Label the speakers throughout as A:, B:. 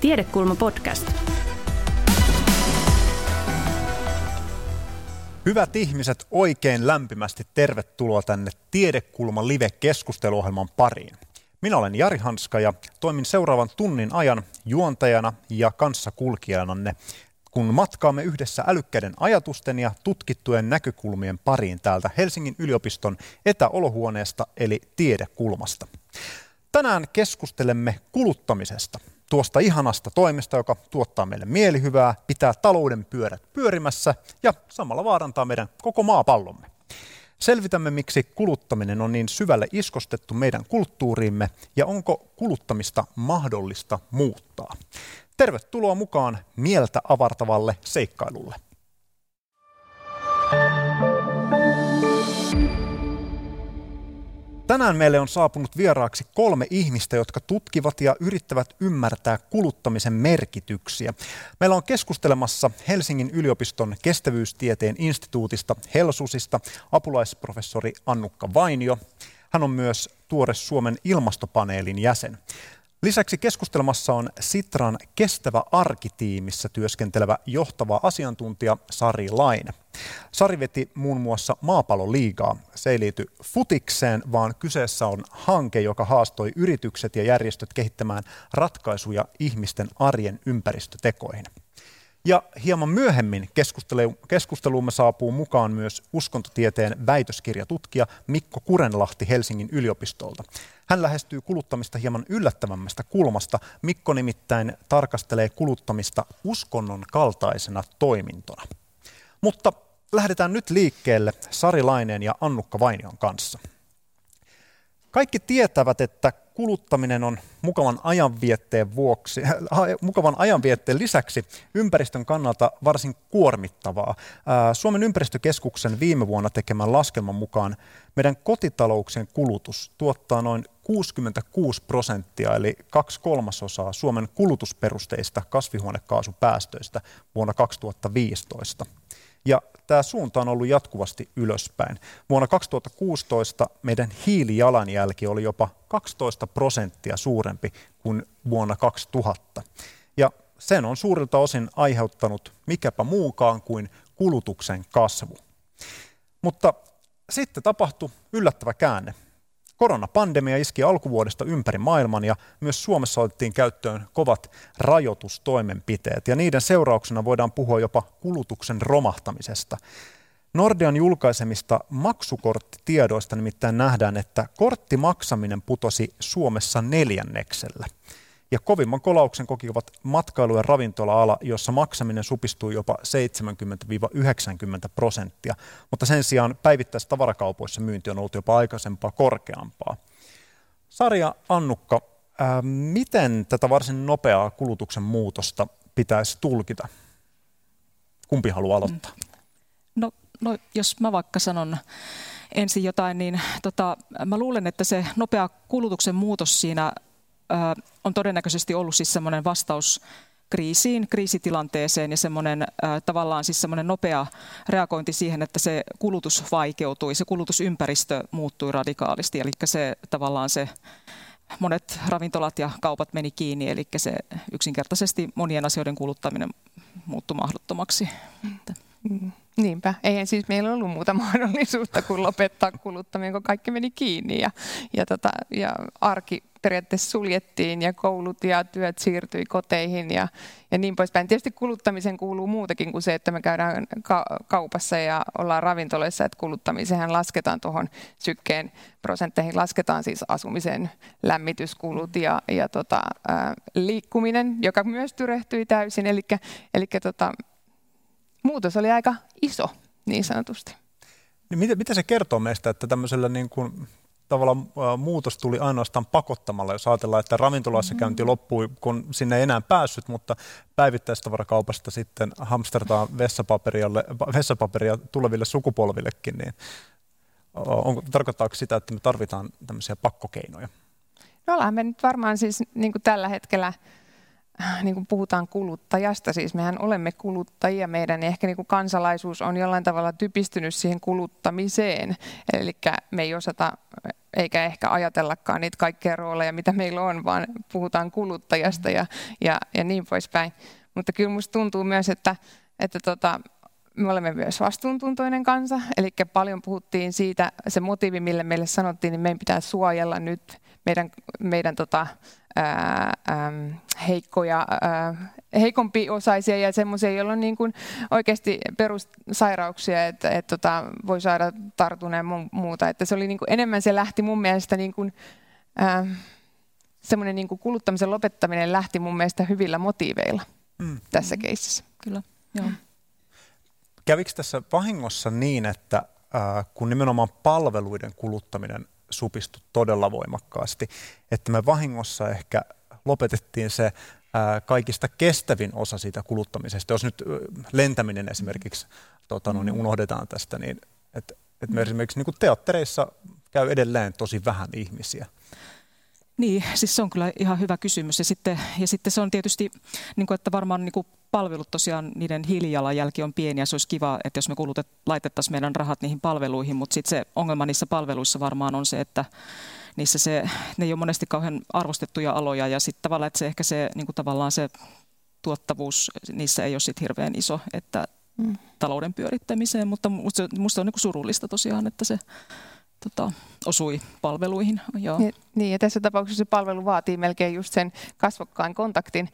A: Tiedekulma podcast.
B: Hyvät ihmiset, oikein lämpimästi tervetuloa tänne Tiedekulma Live-keskusteluohjelman pariin. Minä olen Jari Hanska ja toimin seuraavan tunnin ajan juontajana ja kanssakulkijananne, kun matkaamme yhdessä älykkäiden ajatusten ja tutkittujen näkökulmien pariin täältä Helsingin yliopiston etäolohuoneesta eli Tiedekulmasta. Tänään keskustelemme kuluttamisesta, tuosta ihanasta toimesta, joka tuottaa meille mielihyvää, pitää talouden pyörät pyörimässä ja samalla vaarantaa meidän koko maapallomme. Selvitämme, miksi kuluttaminen on niin syvälle iskostettu meidän kulttuuriimme ja onko kuluttamista mahdollista muuttaa. Tervetuloa mukaan mieltä avartavalle seikkailulle. Tänään meille on saapunut vieraaksi 3 ihmistä, jotka tutkivat ja yrittävät ymmärtää kuluttamisen merkityksiä. Meillä on keskustelemassa Helsingin yliopiston kestävyystieteen instituutista HELSUSista apulaisprofessori Annukka Vainio. Hän on myös tuore Suomen ilmastopaneelin jäsen. Lisäksi keskustelemassa on Sitran Kestävä Arki-tiimissä työskentelevä johtava asiantuntija Sari Laine. Sari veti muun muassa Maapalloliigaa. Se ei liity futikseen, vaan kyseessä on hanke, joka haastoi yritykset ja järjestöt kehittämään ratkaisuja ihmisten arjen ympäristötekoihin. Ja hieman myöhemmin keskusteluumme saapuu mukaan myös uskontotieteen väitöskirjatutkija Mikko Kurenlahti Helsingin yliopistolta. Hän lähestyy kuluttamista hieman yllättävämmästä kulmasta. Mikko nimittäin tarkastelee kuluttamista uskonnon kaltaisena toimintona. Mutta lähdetään nyt liikkeelle Sari Laineen ja Annukka Vainion kanssa. Kaikki tietävät, että kuluttaminen on mukavan ajanvietteen lisäksi ympäristön kannalta varsin kuormittavaa. Suomen ympäristökeskuksen viime vuonna tekemän laskelman mukaan meidän kotitalouksien kulutus tuottaa noin 66% eli 2/3 Suomen kulutusperusteista kasvihuonekaasupäästöistä vuonna 2015. Ja tämä suunta on ollut jatkuvasti ylöspäin. Vuonna 2016 meidän hiilijalanjälki oli jopa 12% suurempi kuin vuonna 2000. Ja sen on suurilta osin aiheuttanut mikäpä muukaan kuin kulutuksen kasvu. Mutta sitten tapahtui yllättävä käänne. Koronapandemia iski alkuvuodesta ympäri maailman ja myös Suomessa otettiin käyttöön kovat rajoitustoimenpiteet ja niiden seurauksena voidaan puhua jopa kulutuksen romahtamisesta. Nordean julkaisemista maksukorttitiedoista nimittäin nähdään, että korttimaksaminen putosi Suomessa 4/4. Ja kovimman kolauksen kokivat matkailu- ja ravintola-ala, jossa maksaminen supistui jopa 70–90%, mutta sen sijaan päivittäisissä tavarakaupoissa myynti on ollut jopa aikaisempaa korkeampaa. Sari ja Annukka, miten tätä varsin nopeaa kulutuksen muutosta pitäisi tulkita? Kumpi haluaa aloittaa?
C: No jos mä vaikka sanon ensin jotain, niin mä luulen, että se nopea kulutuksen muutos siinä on todennäköisesti ollut siis semmoinen vastaus kriisitilanteeseen ja semmoinen tavallaan siis semmoinen nopea reagointi siihen, että se kulutus vaikeutui, se kulutusympäristö muuttui radikaalisti, eli se tavallaan se monet ravintolat ja kaupat meni kiinni, eli se yksinkertaisesti monien asioiden kuluttaminen muuttui mahdottomaksi.
D: Niinpä. Eihän siis meillä ollut muuta mahdollisuutta kuin lopettaa kuluttaminen, kun kaikki meni kiinni ja arki periaatteessa suljettiin ja koulut ja työt siirtyi koteihin ja niin poispäin. Tietysti kuluttamiseen kuuluu muutakin kuin se, että me käydään kaupassa ja ollaan ravintoloissa, että kuluttamiseen lasketaan tuohon sykkeen prosentteihin, lasketaan siis asumisen lämmityskulut ja liikkuminen, joka myös tyrehtyi täysin, eli muutos oli aika iso, niin sanotusti.
B: Niin mitä se kertoo meistä, että tämmöisellä niin kuin tavallaan muutos tuli ainoastaan pakottamalla, jos ajatellaan, että ravintolassa käynti loppui, kun sinne ei enää päässyt, mutta päivittäistavarakaupasta sitten hamstertaan vessapaperia tuleville sukupolvillekin, niin tarkoittaako sitä, että me tarvitaan tämmöisiä pakkokeinoja?
D: No ollaan me nyt varmaan siis niin kuin tällä hetkellä niin kuin puhutaan kuluttajasta, siis mehän olemme kuluttajia, meidän ehkä niin kuin kansalaisuus on jollain tavalla typistynyt siihen kuluttamiseen, eli me ei osata eikä ehkä ajatellakaan niitä kaikkia rooleja, mitä meillä on, vaan puhutaan kuluttajasta ja niin poispäin. Mutta kyllä musta tuntuu myös, että me olemme myös vastuuntuntoinen kansa, eli paljon puhuttiin siitä, se motiivi, mille meille sanottiin, niin meidän pitää suojella nyt meidän heikkoja, heikompiosaisia ja semmoisia, joilla on niin kuin oikeasti perussairauksia, että voi saada tartunnan ja muuta. Että se oli niin kuin enemmän, se lähti mun mielestä niin kuin, semmoinen niin kuin kuluttamisen lopettaminen lähti mun mielestä hyvillä motiiveilla tässä keississä.
C: Kyllä, joo.
B: Kävikö tässä vahingossa niin, että kun nimenomaan palveluiden kuluttaminen supistui todella voimakkaasti, että me vahingossa ehkä lopetettiin se kaikista kestävin osa siitä kuluttamisesta. Jos nyt lentäminen esimerkiksi niin unohdetaan tästä, niin että me esimerkiksi niin kuin teattereissa käy edelleen tosi vähän ihmisiä.
C: Niin, siis se on kyllä ihan hyvä kysymys. Ja sitten se on tietysti, niin kuin, että varmaan niin kuin palvelut tosiaan, niiden hiilijalanjälki on pieni ja se olisi kiva, että jos me laitettaisiin meidän rahat niihin palveluihin, mutta sitten se ongelma niissä palveluissa varmaan on se, että niissä ne ei ole monesti kauhean arvostettuja aloja ja sitten tavallaan, että se ehkä se, niin kuin tavallaan se tuottavuus niissä ei ole sitten hirveän iso, että talouden pyörittämiseen, mutta musta on niin kuin surullista tosiaan, että se osui palveluihin. Joo.
D: Niin, ja tässä tapauksessa se palvelu vaatii melkein just sen kasvokkain kontaktin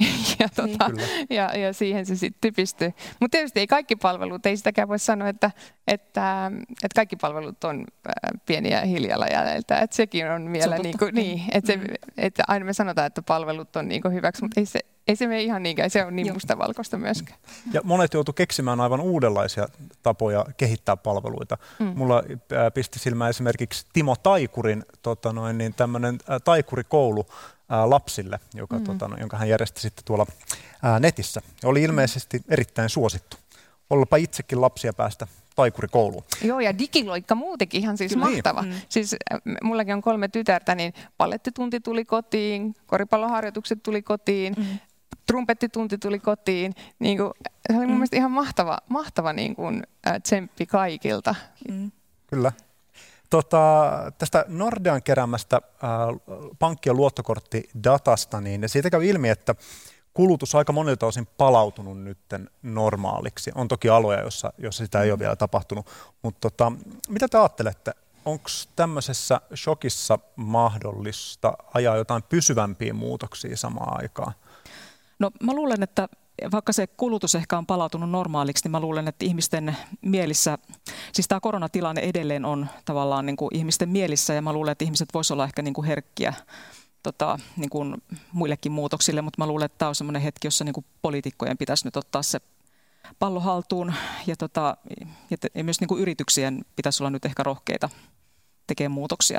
D: ja siihen se sitten typistyy. Mutta tietysti ei kaikki palvelut, ei sitäkään voi sanoa, että kaikki palvelut on pieniä hiilijalanjäljeltä. Että sekin on vielä että aina me sanotaan, että palvelut on hyväksi, mutta ei se mene ihan niinkään, se on niin mustavalkoista myöskään. Ja
B: monet joutu keksimään aivan uudenlaisia tapoja kehittää palveluita. Mulla pisti silmään esimerkiksi Timo Taikurin tämmöinen taikurikoulu lapsille, jonka hän järjesti sitten tuolla netissä. Oli ilmeisesti erittäin suosittu. Ollapa itsekin lapsia päästä taikurikouluun.
D: Joo, ja digiloikka muutenkin ihan siis mahtava. Siis mullakin on 3 tytärtä, niin palettitunti tuli kotiin, koripalloharjoitukset tuli kotiin, trumpettitunti tuli kotiin. Niin kuin, se oli mun mielestä ihan mahtava niin kuin, tsemppi kaikilta.
B: Kyllä. Tästä Nordean keräämästä pankki- ja luottokorttidatasta, niin siitä käy ilmi, että kulutus aika monilta osin palautunut nyt normaaliksi. On toki aloja, jossa sitä ei ole vielä tapahtunut. Mutta mitä te ajattelette? Onko tämmöisessä shokissa mahdollista ajaa jotain pysyvämpiä muutoksia samaan aikaan?
C: No mä luulen, että vaikka se kulutus ehkä on palautunut normaaliksi, niin mä luulen, että ihmisten mielissä, siis tämä koronatilanne edelleen on tavallaan niin kuin ihmisten mielissä ja mä luulen, että ihmiset voisivat olla ehkä niin kuin herkkiä niin kuin muillekin muutoksille, mutta mä luulen, että tämä on semmoinen hetki, jossa niin kuin poliitikkojen pitäisi nyt ottaa se pallo haltuun ja myös niin kuin yrityksien pitäisi olla nyt ehkä rohkeita tekemään muutoksia.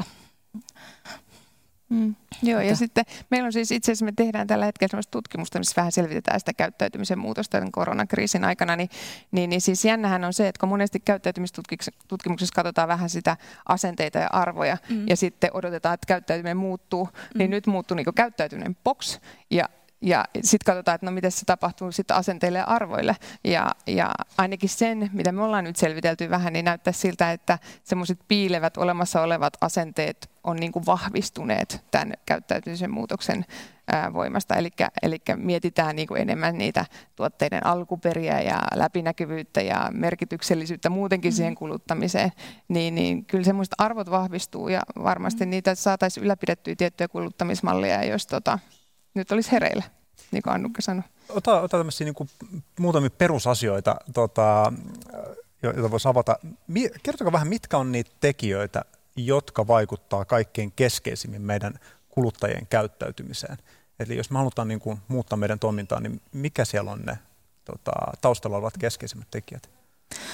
D: Joo, ja sitten meillä on siis itse asiassa, me tehdään tällä hetkellä sellaista tutkimusta, missä vähän selvitetään sitä käyttäytymisen muutosta tämän koronakriisin aikana, niin siis jännähän on se, että kun monesti käyttäytymistutkimuksessa katsotaan vähän sitä asenteita ja arvoja, ja sitten odotetaan, että käyttäytyminen muuttuu, niin nyt muuttuu niin kuin käyttäytyminen box, ja sitten katsotaan, että no miten se tapahtuu sitten asenteille ja arvoille. Ja ainakin sen, mitä me ollaan nyt selvitelty vähän, niin näyttää siltä, että semmoiset piilevät olemassa olevat asenteet on niin kuin vahvistuneet tämän käyttäytymisen muutoksen voimasta. Eli mietitään niin kuin enemmän niitä tuotteiden alkuperiä ja läpinäkyvyyttä ja merkityksellisyyttä muutenkin siihen kuluttamiseen. Niin kyllä semmoiset arvot vahvistuu ja varmasti niitä saataisiin ylläpidettyä tiettyjä kuluttamismalleja, jos nyt olisi hereillä, niin kuin Annukka sanoi.
B: Ota tämmöisiä niin kuin muutamia perusasioita, joita voisi avata. Kertokaa vähän, mitkä on niitä tekijöitä, jotka vaikuttaa kaikkein keskeisimmin meidän kuluttajien käyttäytymiseen. Eli jos me halutaan niin kuin muuttaa meidän toimintaa, niin mikä siellä on ne taustalla olevat keskeisimmät tekijät?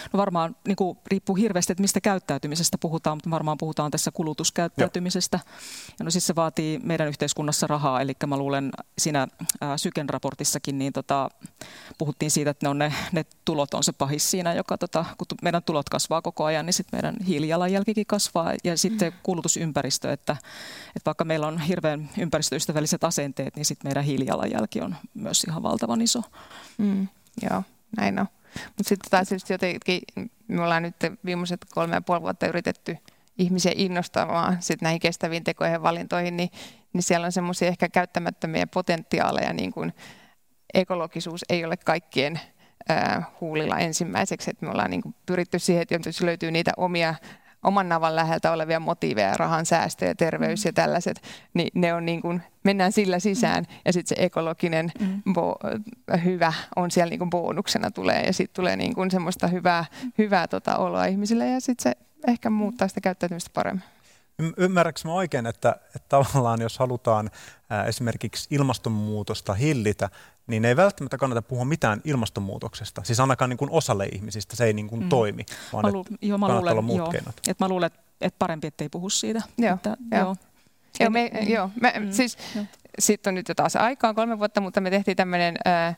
C: No varmaan niin kuin, riippuu hirveästi, että mistä käyttäytymisestä puhutaan, mutta varmaan puhutaan tässä kulutuskäyttäytymisestä. Ja no siis se vaatii meidän yhteiskunnassa rahaa, eli mä luulen siinä Syken raportissakin niin puhuttiin siitä, että ne tulot on se pahis siinä, joka kun meidän tulot kasvaa koko ajan, niin sitten meidän hiilijalanjälkikin kasvaa ja sitten kulutusympäristö, että vaikka meillä on hirveän ympäristöystävälliset asenteet, niin sitten meidän hiilijalanjälki on myös ihan valtavan iso.
D: Joo, näin on. Mutta sitten taas jotenkin, me ollaan nyt viimeiset 3,5 vuotta yritetty ihmisiä innostamaan sit näihin kestäviin tekoihin ja valintoihin, niin siellä on semmoisia ehkä käyttämättömiä potentiaaleja, niin kuin ekologisuus ei ole kaikkien huulilla ensimmäiseksi. Et me ollaan niin kuin pyritty siihen, että jos löytyy niitä oman navan läheltä olevia motiiveja, rahan säästö ja terveys ja tällaiset, niin ne on niin kuin, mennään sillä sisään ja sitten se ekologinen hyvä on siellä niin kuin bonuksena tulee ja sitten tulee niin kuin semmoista hyvää oloa ihmisille ja sitten se ehkä muuttaa sitä käyttäytymistä paremmin.
B: Ymmärrätkö mä oikein, että tavallaan jos halutaan esimerkiksi ilmastonmuutosta hillitä, niin ei välttämättä kannata puhua mitään ilmastonmuutoksesta. Siis ainakaan niin kuin osalle ihmisistä se ei niin kuin toimi, vaan kannattaa olla muut keinot.
C: Mä luulen, että parempi, ettei puhu siitä.
D: Sitten on nyt jo taas aikaa 3 vuotta, mutta me tehtiin tämmöinen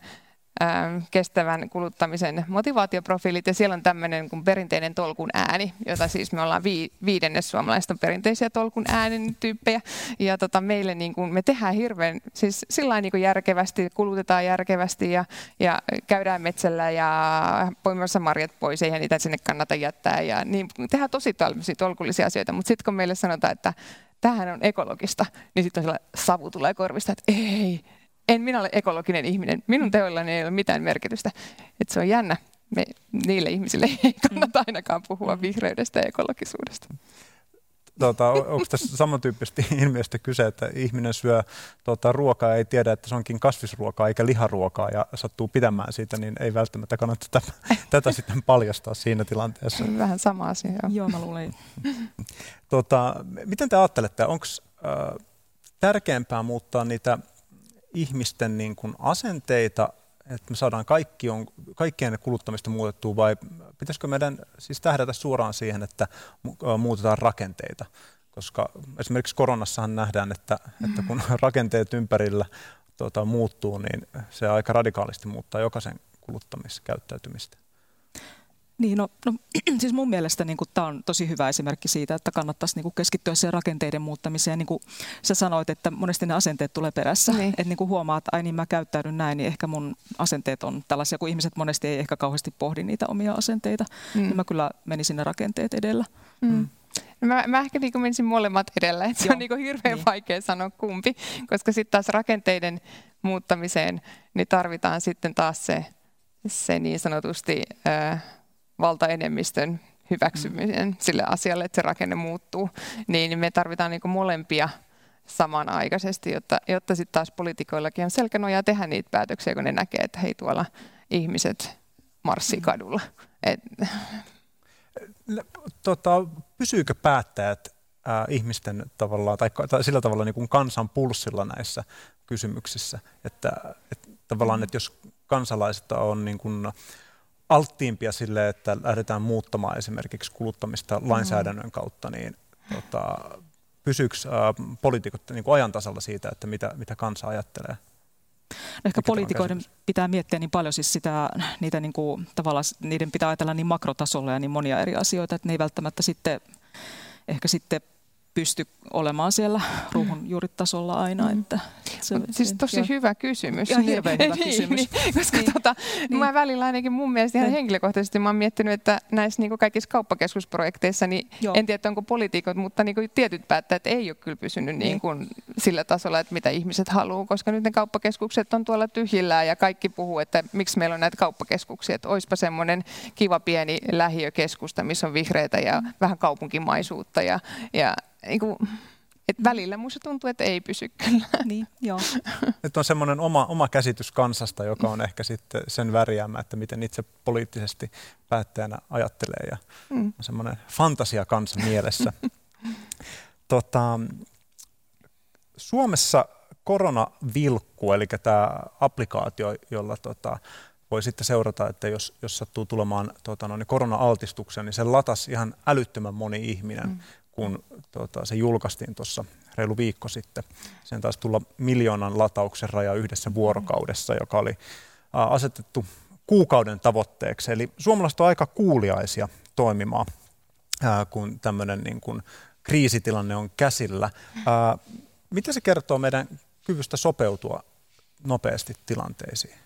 D: kestävän kuluttamisen motivaatioprofiilit ja siellä on tämmöinen kuin perinteinen tolkun ääni, jota siis me ollaan 1/5 suomalaista perinteisiä tolkun äänen tyyppejä ja meille niin kuin, me tehdään hirveän siis sillain niin kuin järkevästi, kulutetaan järkevästi ja käydään metsällä ja poimimassa marjat pois, eihän niitä sinne kannata jättää ja niin tehdään tosi tällaisia tolkullisia asioita, mutta sitten kun meille sanotaan, että tämähän on ekologista, niin sitten on sellainen savu tulee korvista, että ei, en minä ole ekologinen ihminen. Minun teoillani ei ole mitään merkitystä. Että se on jännä. Niille ihmisille ei kannata ainakaan puhua vihreydestä ja ekologisuudesta.
B: Onko tässä samantyyppisesti ilmiöstä kyse, että ihminen syö ruokaa ja ei tiedä, että se onkin kasvisruokaa eikä liharuokaa ja sattuu pitämään siitä, niin ei välttämättä kannata tätä sitten paljastaa siinä tilanteessa.
D: Vähän sama asia.
C: Joo, mä luulen.
B: Miten te ajattelette, onko tärkeämpää muuttaa niitä ihmisten niin kuin asenteita, että me saadaan kaikkien kuluttamista muutettua, vai pitäisikö meidän siis tähdätä suoraan siihen, että muutetaan rakenteita? Koska esimerkiksi koronassahan nähdään, että kun rakenteet ympärillä muuttuu, niin se aika radikaalisti muuttaa jokaisen kuluttamiskäyttäytymistä.
C: Niin, no, siis mun mielestä niin tämä on tosi hyvä esimerkki siitä, että kannattaisi niin keskittyä siihen rakenteiden muuttamiseen. Niin kuin sä sanoit, että monesti ne asenteet tulee perässä. Niin. Että niin huomaat, että ai niin mä käyttäydyn näin, niin ehkä mun asenteet on tällaisia, kun ihmiset monesti ei ehkä kauheasti pohdi niitä omia asenteita. Niin mä kyllä menisin ne rakenteet edellä.
D: Mä ehkä niin menisin molemmat edellä, että se on niin hirveän vaikea sanoa kumpi, koska sitten taas rakenteiden muuttamiseen niin tarvitaan sitten taas se niin sanotusti valtaenemmistön hyväksyminen sille asialle, että se rakenne muuttuu, niin me tarvitaan niin molempia samanaikaisesti, jotta sitten taas poliitikoillakin on selkänojaa tehdä niitä päätöksiä, kun ne näkee, että hei tuolla ihmiset marssii kadulla.
B: Pysyykö päättäjät ihmisten tavallaan, tai sillä tavalla niin kuin kansan pulssilla näissä kysymyksissä, että tavallaan, että jos kansalaiset on niin kuin alttiimpia sille, että lähdetään muuttamaan esimerkiksi kuluttamista lainsäädännön kautta, niin pysyykö poliitikot niin kuin ajan tasalla siitä, että mitä kansa ajattelee?
C: No ehkä poliitikoiden pitää miettiä niin paljon siis niitä niin kuin, tavallaan niiden pitää ajatella niin makrotasolla ja niin monia eri asioita, että ne ei välttämättä sitten pysty olemaan siellä ruohonjuuritasolla aina. Että
D: siis tosi hyvä kysymys.
C: Ihan hirveän hyvä kysymys.
D: Koska mä välillä ainakin mun mielestä ihan henkilökohtaisesti mä oon miettinyt, että näissä niin kaikissa kauppakeskusprojekteissa, niin en tiedä, onko poliitikot, mutta niin tietyt päättäjät ei ole kyllä pysynyt niin kuin sillä tasolla, että mitä ihmiset haluaa, koska nyt ne kauppakeskukset on tuolla tyhjillään ja kaikki puhuu, että miksi meillä on näitä kauppakeskuksia, että olisipa semmoinen kiva pieni lähiökeskusta, missä on vihreitä ja vähän kaupunkimaisuutta ja niin kuin, että välillä musta tuntuu, että ei pysy kyllä.
C: Niin, joo.
B: Nyt on semmoinen oma käsitys kansasta, joka on ehkä sitten sen värjäämä, että miten itse poliittisesti päättäjänä ajattelee ja on semmoinen fantasia kansan mielessä. Suomessa koronavilkku, eli tämä applikaatio, jolla voi sitten seurata, että jos sattuu tulemaan korona-altistuksia, niin se latasi ihan älyttömän moni ihminen, kun se julkaistiin tuossa reilu viikko sitten. Sen taisi tulla 1 miljoonan latauksen raja yhdessä vuorokaudessa, joka oli asetettu kuukauden tavoitteeksi. Eli suomalaiset on aika kuuliaisia toimimaan, kun tämmöinen niin kuin kriisitilanne on käsillä. Mitä se kertoo meidän kyvystä sopeutua nopeasti tilanteisiin?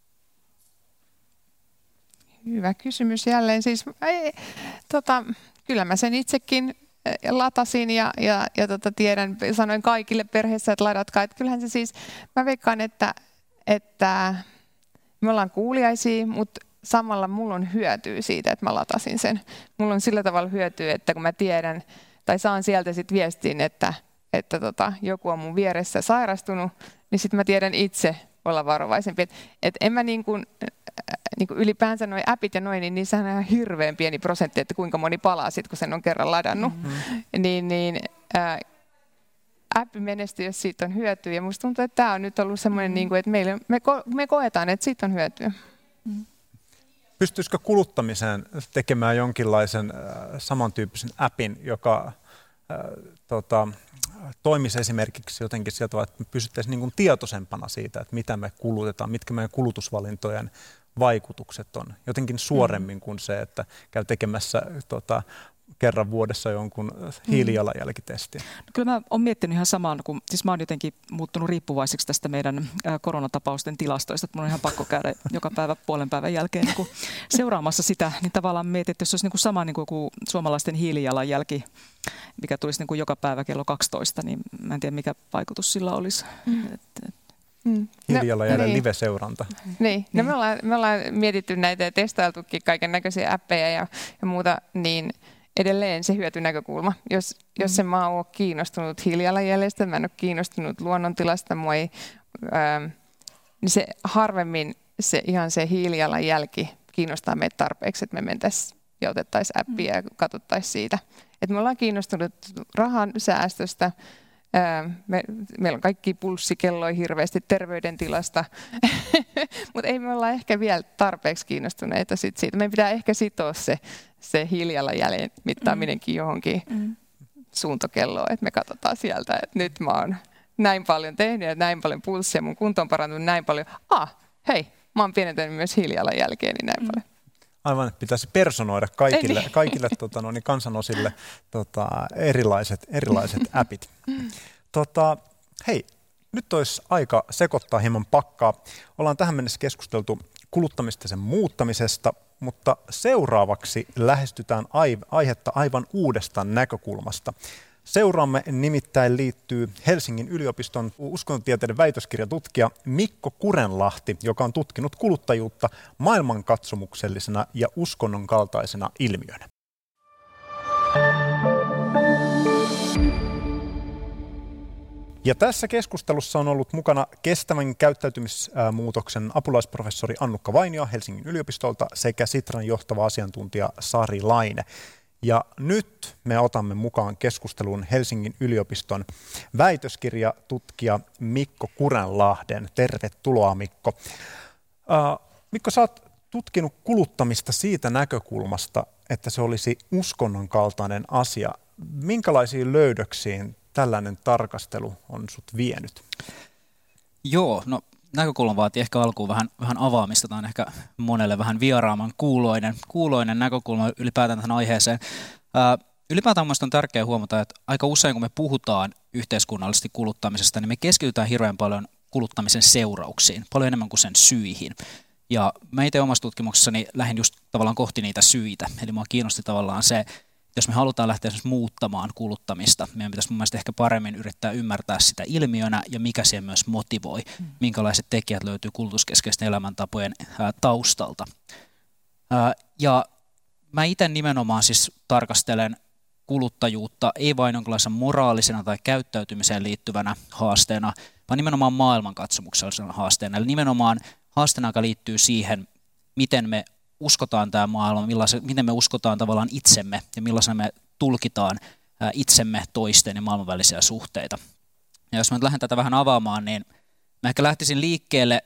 D: Hyvä kysymys jälleen. Siis, kyllä mä sen itsekin latasin ja tiedän, sanoin kaikille perheessä, että ladatkaa. Että kyllähän se siis, mä veikkaan, että me ollaan kuuliaisia, mutta samalla mulla on hyötyä siitä, että mä latasin sen. Mulla on sillä tavalla hyötyä, että kun mä tiedän tai saan sieltä sitten viestin, että joku on mun vieressä sairastunut, niin sitten mä tiedän itse olla varovaisempi. Et en mä niin kuin ylipäänsä nuo appit ja noin, niin niissähän on ihan hirveän pieni prosentti, että kuinka moni palaa sitten, kun sen on kerran ladannut. Appi menestyy, jos siitä on hyötyä. Ja musta tuntuu, että tämä on nyt ollut semmoinen, että me koetaan, että siitä on hyötyä.
B: Pystyisikö kuluttamiseen tekemään jonkinlaisen samantyyppisen appin, joka toimisi esimerkiksi jotenkin sieltä, että me pysyttäisiin niin kuin tietoisempana siitä, että mitä me kulutetaan, mitkä meidän kulutusvalintojen vaikutukset on. Jotenkin suoremmin kuin se, että käy tekemässä kerran vuodessa jonkun hiilijalanjälkitestiä.
C: No, kyllä mä oon miettinyt ihan samaan, kun siis mä oon jotenkin muuttunut riippuvaiseksi tästä meidän koronatapausten tilastoista, että mun on ihan pakko käydä joka päivä puolen päivän jälkeen niin seuraamassa sitä, niin tavallaan mietin, että jos olisi niin kuin sama niin kuin suomalaisten hiilijalanjälki, mikä tulisi niin kuin joka päivä kello 12, niin mä en tiedä mikä vaikutus sillä olisi.
B: Hiilijalanjäljen live-seuranta.
D: Niin. No me ollaan mietitty näitä ja testailtukin kaiken näköisiä appeja ja muuta, niin edelleen se hyötynäkökulma. Jos en mä ole kiinnostunut hiilijalanjäljestä, mä en ole kiinnostunut luonnontilasta, niin se harvemmin se hiilijalanjälki kiinnostaa meitä tarpeeksi, että me mentäisiin ja otettaisiin appia ja katsottaisiin siitä. Että me ollaan kiinnostunut rahan säästöstä. Meillä on kaikki pulssikelloja hirveästi terveydentilasta, mutta ei me olla ehkä vielä tarpeeksi kiinnostuneita siitä. Meidän pitää ehkä sitoa se hiilijalanjäljen mittaaminenkin johonkin suuntokelloon, että me katsotaan sieltä, että nyt mä oon näin paljon tehnyt ja näin paljon pulssia, mun kunto on parantunut näin paljon. Hei, mä oon pienentänyt myös hiilijalanjälkeä niin näin paljon.
B: Aivan, että pitäisi personoida kaikille kansanosille erilaiset appit. Hei, nyt olisi aika sekoittaa hieman pakkaa. Ollaan tähän mennessä keskusteltu kuluttamista ja sen muuttamisesta, mutta seuraavaksi lähestytään aihetta aivan uudesta näkökulmasta. Seuraamme nimittäin liittyy Helsingin yliopiston uskontotieteiden väitöskirjatutkija Mikko Kurenlahti, joka on tutkinut kuluttajuutta maailmankatsomuksellisena ja uskonnon kaltaisena ilmiönä. Ja tässä keskustelussa on ollut mukana kestävän käyttäytymismuutoksen apulaisprofessori Annukka Vainio Helsingin yliopistolta sekä Sitran johtava asiantuntija Sari Laine. Ja nyt me otamme mukaan keskusteluun Helsingin yliopiston väitöskirjatutkija Mikko Kurenlahden. Tervetuloa Mikko. Mikko, sä oot tutkinut kuluttamista siitä näkökulmasta, että se olisi uskonnon kaltainen asia. Minkälaisiin löydöksiin tällainen tarkastelu on sut vienyt?
A: Joo, no näkökulma vaatii ehkä alkuun vähän avaamista. Tämä on ehkä monelle vähän vieraaman kuuloinen näkökulma ylipäätään tähän aiheeseen. Ylipäätään mielestäni on tärkeää huomata, että aika usein kun me puhutaan yhteiskunnallisesti kuluttamisesta, niin me keskitytään hirveän paljon kuluttamisen seurauksiin, paljon enemmän kuin sen syihin. Ja mä itse omassa tutkimuksessani lähdin just tavallaan kohti niitä syitä. Eli mua kiinnosti tavallaan se, jos me halutaan lähteä muuttamaan kuluttamista, meidän pitäisi mun mielestä ehkä paremmin yrittää ymmärtää sitä ilmiönä ja mikä siihen myös motivoi, minkälaiset tekijät löytyy kulutuskeskeisten elämäntapojen taustalta. Ja mä itse nimenomaan siis tarkastelen kuluttajuutta ei vain jonkinlaisena moraalisena tai käyttäytymiseen liittyvänä haasteena, vaan nimenomaan maailmankatsomuksellisena haasteena. Eli nimenomaan haasteena, joka liittyy siihen, miten me uskotaan tämä maailma, miten me uskotaan tavallaan itsemme ja millaisena me tulkitaan itsemme, toisten ja maailman välisiä suhteita. Ja jos mä nyt lähden tätä vähän avaamaan, niin mä ehkä lähtisin liikkeelle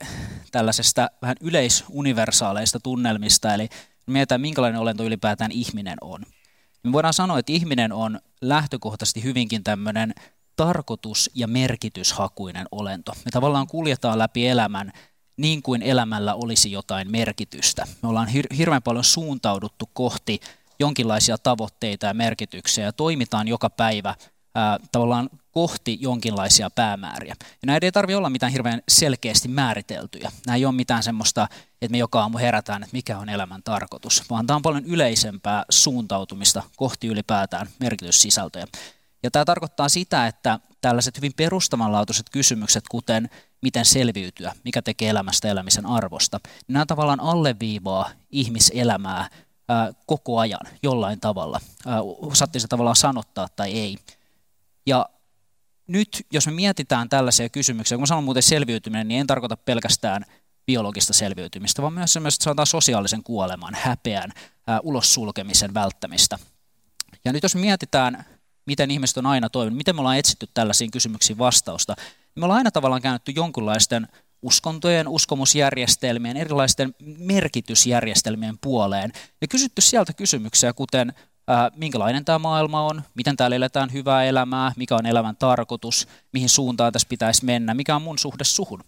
A: tällaisesta vähän yleisuniversaaleista tunnelmista, eli mietitään, minkälainen olento ylipäätään ihminen on. Me voidaan sanoa, että ihminen on lähtökohtaisesti hyvinkin tämmöinen tarkoitus- ja merkityshakuinen olento. Me tavallaan kuljetaan läpi elämän niin kuin elämällä olisi jotain merkitystä. Me ollaan hirveän paljon suuntauduttu kohti jonkinlaisia tavoitteita ja merkityksiä ja toimitaan joka päivä tavallaan kohti jonkinlaisia päämääriä. Ja näitä ei tarvitse olla mitään hirveän selkeästi määriteltyjä. Nämä ei ole mitään semmoista, että me joka aamu herätään, että mikä on elämän tarkoitus, vaan tämä on paljon yleisempää suuntautumista kohti ylipäätään merkityssisältöjä. Ja tämä tarkoittaa sitä, että tällaiset hyvin perustavanlaatuiset kysymykset, kuten miten selviytyä, mikä tekee elämästä elämisen arvosta, niin nämä tavallaan alleviivaa ihmiselämää koko ajan jollain tavalla. Saattiin se tavallaan sanottaa tai ei. Ja nyt, jos me mietitään tällaisia kysymyksiä, kun mä sanon muuten selviytyminen, niin en tarkoita pelkästään biologista selviytymistä, vaan myös semmoista sanotaan sosiaalisen kuoleman, häpeän, ulos sulkemisen välttämistä. Ja nyt jos me mietitään, miten ihmiset on aina toiminut, miten me ollaan etsitty tällaisiin kysymyksiin vastausta, niin me ollaan aina tavallaan käännetty jonkinlaisten uskontojen, uskomusjärjestelmien, erilaisten merkitysjärjestelmien puoleen ja kysytty sieltä kysymyksiä, kuten minkälainen tämä maailma on, miten täällä eletään hyvää elämää, mikä on elämän tarkoitus, mihin suuntaan tässä pitäisi mennä, mikä on mun suhde suhun.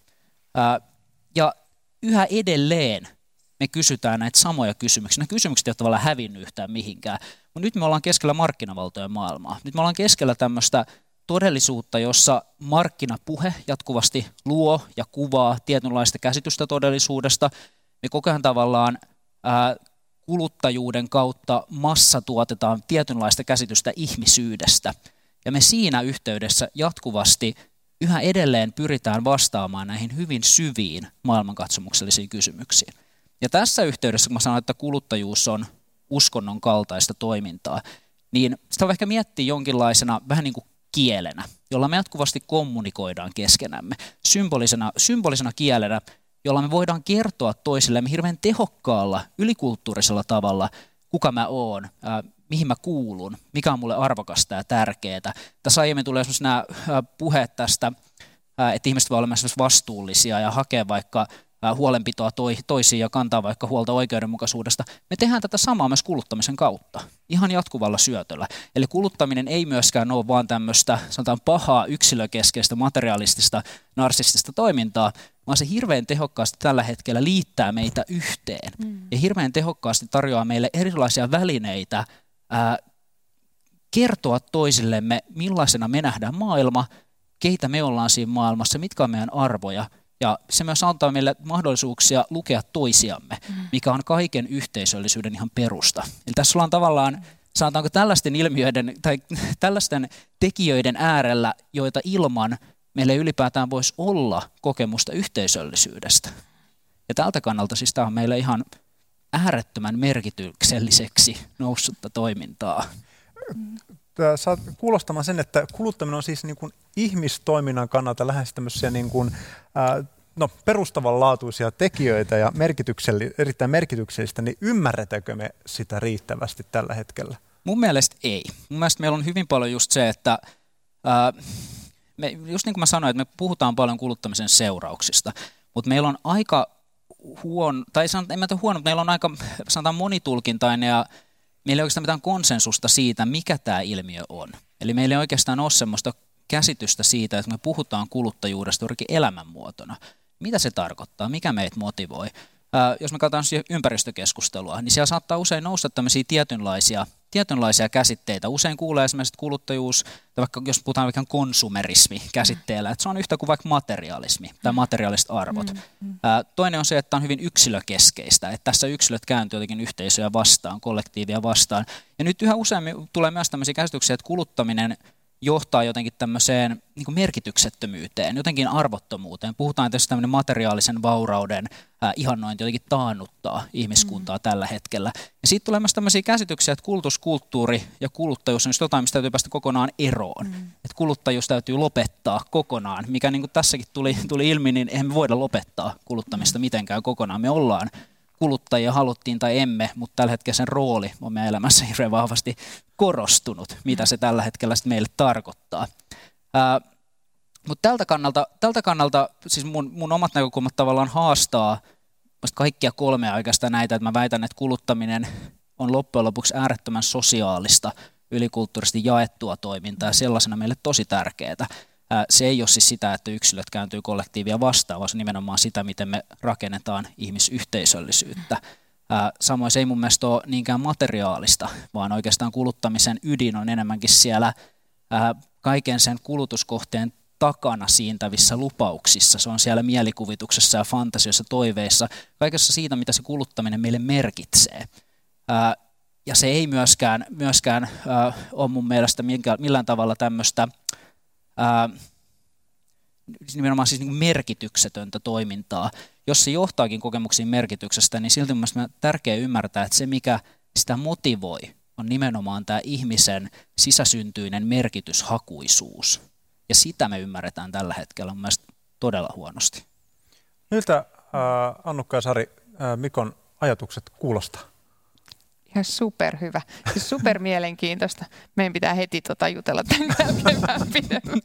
A: Ja yhä edelleen me kysytään näitä samoja kysymyksiä. Nämä kysymykset eivät ole tavallaan hävinnyt yhtään mihinkään, mutta nyt me ollaan keskellä markkinavaltojen maailmaa. Nyt me ollaan keskellä tämmöistä todellisuutta, jossa markkinapuhe jatkuvasti luo ja kuvaa tietynlaista käsitystä todellisuudesta. Me koko ajan tavallaan kuluttajuuden kautta massatuotetaan tietynlaista käsitystä ihmisyydestä. Ja me siinä yhteydessä jatkuvasti yhä edelleen pyritään vastaamaan näihin hyvin syviin maailmankatsomuksellisiin kysymyksiin. Ja tässä yhteydessä, kun mä sanon, että kuluttajuus on uskonnon kaltaista toimintaa, niin sitä voi ehkä miettiä jonkinlaisena vähän niin kuin kielenä, jolla me jatkuvasti kommunikoidaan keskenämme, symbolisena kielenä, jolla me voidaan kertoa toisillemme hirveän tehokkaalla, ylikulttuurisella tavalla, kuka mä oon, mihin mä kuulun, mikä on mulle arvokasta ja tärkeää. Tässä aiemmin tulee esimerkiksi nämä puheet tästä, että ihmiset voi olla myös vastuullisia ja hakea vaikka huolenpitoa toisiin ja kantaa vaikka huolta oikeudenmukaisuudesta. Me tehdään tätä samaa myös kuluttamisen kautta, ihan jatkuvalla syötöllä. Eli kuluttaminen ei myöskään ole vaan tämmöistä, sanotaan pahaa, yksilökeskeistä, materialistista, narsistista toimintaa, vaan se hirveän tehokkaasti tällä hetkellä liittää meitä yhteen. Ja hirveän tehokkaasti tarjoaa meille erilaisia välineitä kertoa toisillemme, millaisena me nähdään maailma, keitä me ollaan siinä maailmassa, mitkä on meidän arvoja. Ja se myös antaa meille mahdollisuuksia lukea toisiamme, mikä on kaiken yhteisöllisyyden ihan perusta. Eli tässä ollaan tavallaan, sanotaanko tällaisten ilmiöiden tai tällaisten tekijöiden äärellä, joita ilman meillä ei ylipäätään voisi olla kokemusta yhteisöllisyydestä. Ja tältä kannalta siis tämä on meille ihan äärettömän merkitykselliseksi noussutta toimintaa.
B: Saat kuulostamaan sen, että kuluttaminen on siis niin kuin ihmistoiminnan kannalta lähes tämmöisiä niin kuin, perustavanlaatuisia tekijöitä ja erittäin merkityksellistä, niin ymmärretäänkö me sitä riittävästi tällä hetkellä?
A: Mun mielestä ei. Mun mielestä meillä on hyvin paljon just se, että just niin kuin mä sanoin, että me puhutaan paljon kuluttamisen seurauksista, mutta meillä on aika meillä on aika sanotaan monitulkintainen ja meillä ei oikeastaan mitään konsensusta siitä, mikä tämä ilmiö on. Eli meillä ei oikeastaan ole sellaista käsitystä siitä, että me puhutaan kuluttajuudesta jollakin elämänmuotona. Mitä se tarkoittaa? Mikä meitä motivoi? Jos me katsotaan ympäristökeskustelua, niin siellä saattaa usein nousta tämmöisiä tietynlaisia käsitteitä. Usein kuulee esimerkiksi kuluttajuus, tai vaikka jos puhutaan vaikka konsumerismi käsitteellä, että se on yhtä kuin vaikka materialismi tai materiaaliset arvot. Toinen on se, että on hyvin yksilökeskeistä, että tässä yksilöt kääntyy jotenkin yhteisöjä vastaan, kollektiivia vastaan. Ja nyt yhä useammin tulee myös tämmöisiä käsityksiä, että kuluttaminen johtaa jotenkin tämmöiseen niin kuin merkityksettömyyteen, jotenkin arvottomuuteen. Puhutaan tietysti tämmöinen materiaalisen vaurauden ihannointi jotenkin taannuttaa ihmiskuntaa tällä hetkellä. Ja siitä tulee myös tämmöisiä käsityksiä, että kulutuskulttuuri ja kuluttajuus on jotain, mistä täytyy päästä kokonaan eroon. Että kuluttajuus täytyy lopettaa kokonaan, mikä niin kuin tässäkin tuli ilmi, niin eihän me voida lopettaa kuluttamista mitenkään kokonaan. Me ollaan kuluttajia, haluttiin tai emme, mutta tällä hetkellä sen rooli on meidän elämässä hirveän vahvasti korostunut, mitä se tällä hetkellä meille tarkoittaa. Mutta tältä kannalta siis mun omat näkökulmat tavallaan haastaa kaikkia kolmea oikeastaan näitä, että mä väitän, että kuluttaminen on loppujen lopuksi äärettömän sosiaalista, ylikulttuurisesti jaettua toimintaa ja sellaisena meille tosi tärkeää. Se ei ole siis sitä, että yksilöt kääntyy kollektiivia vastaan, vaan se on nimenomaan sitä, miten me rakennetaan ihmisyhteisöllisyyttä. Samoin se ei mun mielestä ole niinkään materiaalista, vaan oikeastaan kuluttamisen ydin on enemmänkin siellä kaiken sen kulutuskohteen takana siintävissä lupauksissa. Se on siellä mielikuvituksessa ja fantasioissa, toiveissa, kaikessa siitä, mitä se kuluttaminen meille merkitsee. Ja se ei myöskään ole mun mielestä millään tavalla tämmöistä nimenomaan siis niin kuin merkityksetöntä toimintaa. Jos se johtaakin kokemuksiin merkityksestä, niin silti mun mielestä on tärkeää ymmärtää, että se mikä sitä motivoi on nimenomaan tämä ihmisen sisäsyntyinen merkityshakuisuus. Ja sitä me ymmärretään tällä hetkellä mun mielestä todella huonosti.
B: Miltä Annukka ja Sari, Mikon ajatukset kuulostaa?
D: Ihan superhyvä. Siis super mielenkiintoista. Meidän pitää heti jutella tämän jälkeen vähän pidemmän.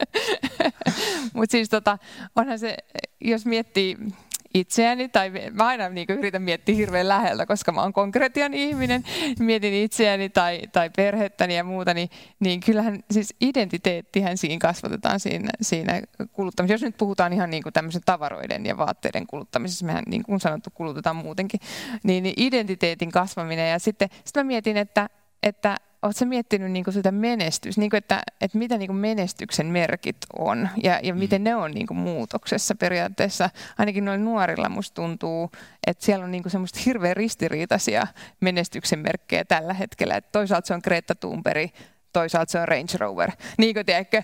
D: Mutta siis onhan se, jos miettii itseäni, tai mä aina yritän miettiä hirveän läheltä, koska mä oon konkretian ihminen, mietin itseäni tai perhettäni ja muuta, niin kyllähän siis identiteettihän siinä kasvatetaan siinä kuluttamisessa. Jos nyt puhutaan ihan niin kuin tämmöisen tavaroiden ja vaatteiden kuluttamisessa, mehän niin kuin sanottu kulutetaan muutenkin, niin identiteetin kasvaminen. Ja sitten mä mietin, että oletko miettinyt niin kuin sitä menestystä, niin kuin että mitä niin kuin menestyksen merkit on ja miten ne on niin kuin muutoksessa periaatteessa. Ainakin noilla nuorilla musta tuntuu, että siellä on niin kuin semmoista hirveän ristiriitaisia menestyksen merkkejä tällä hetkellä. Että toisaalta se on Greta Thunberg, toisaalta se on Range Rover. Niin kuin tiedätkö?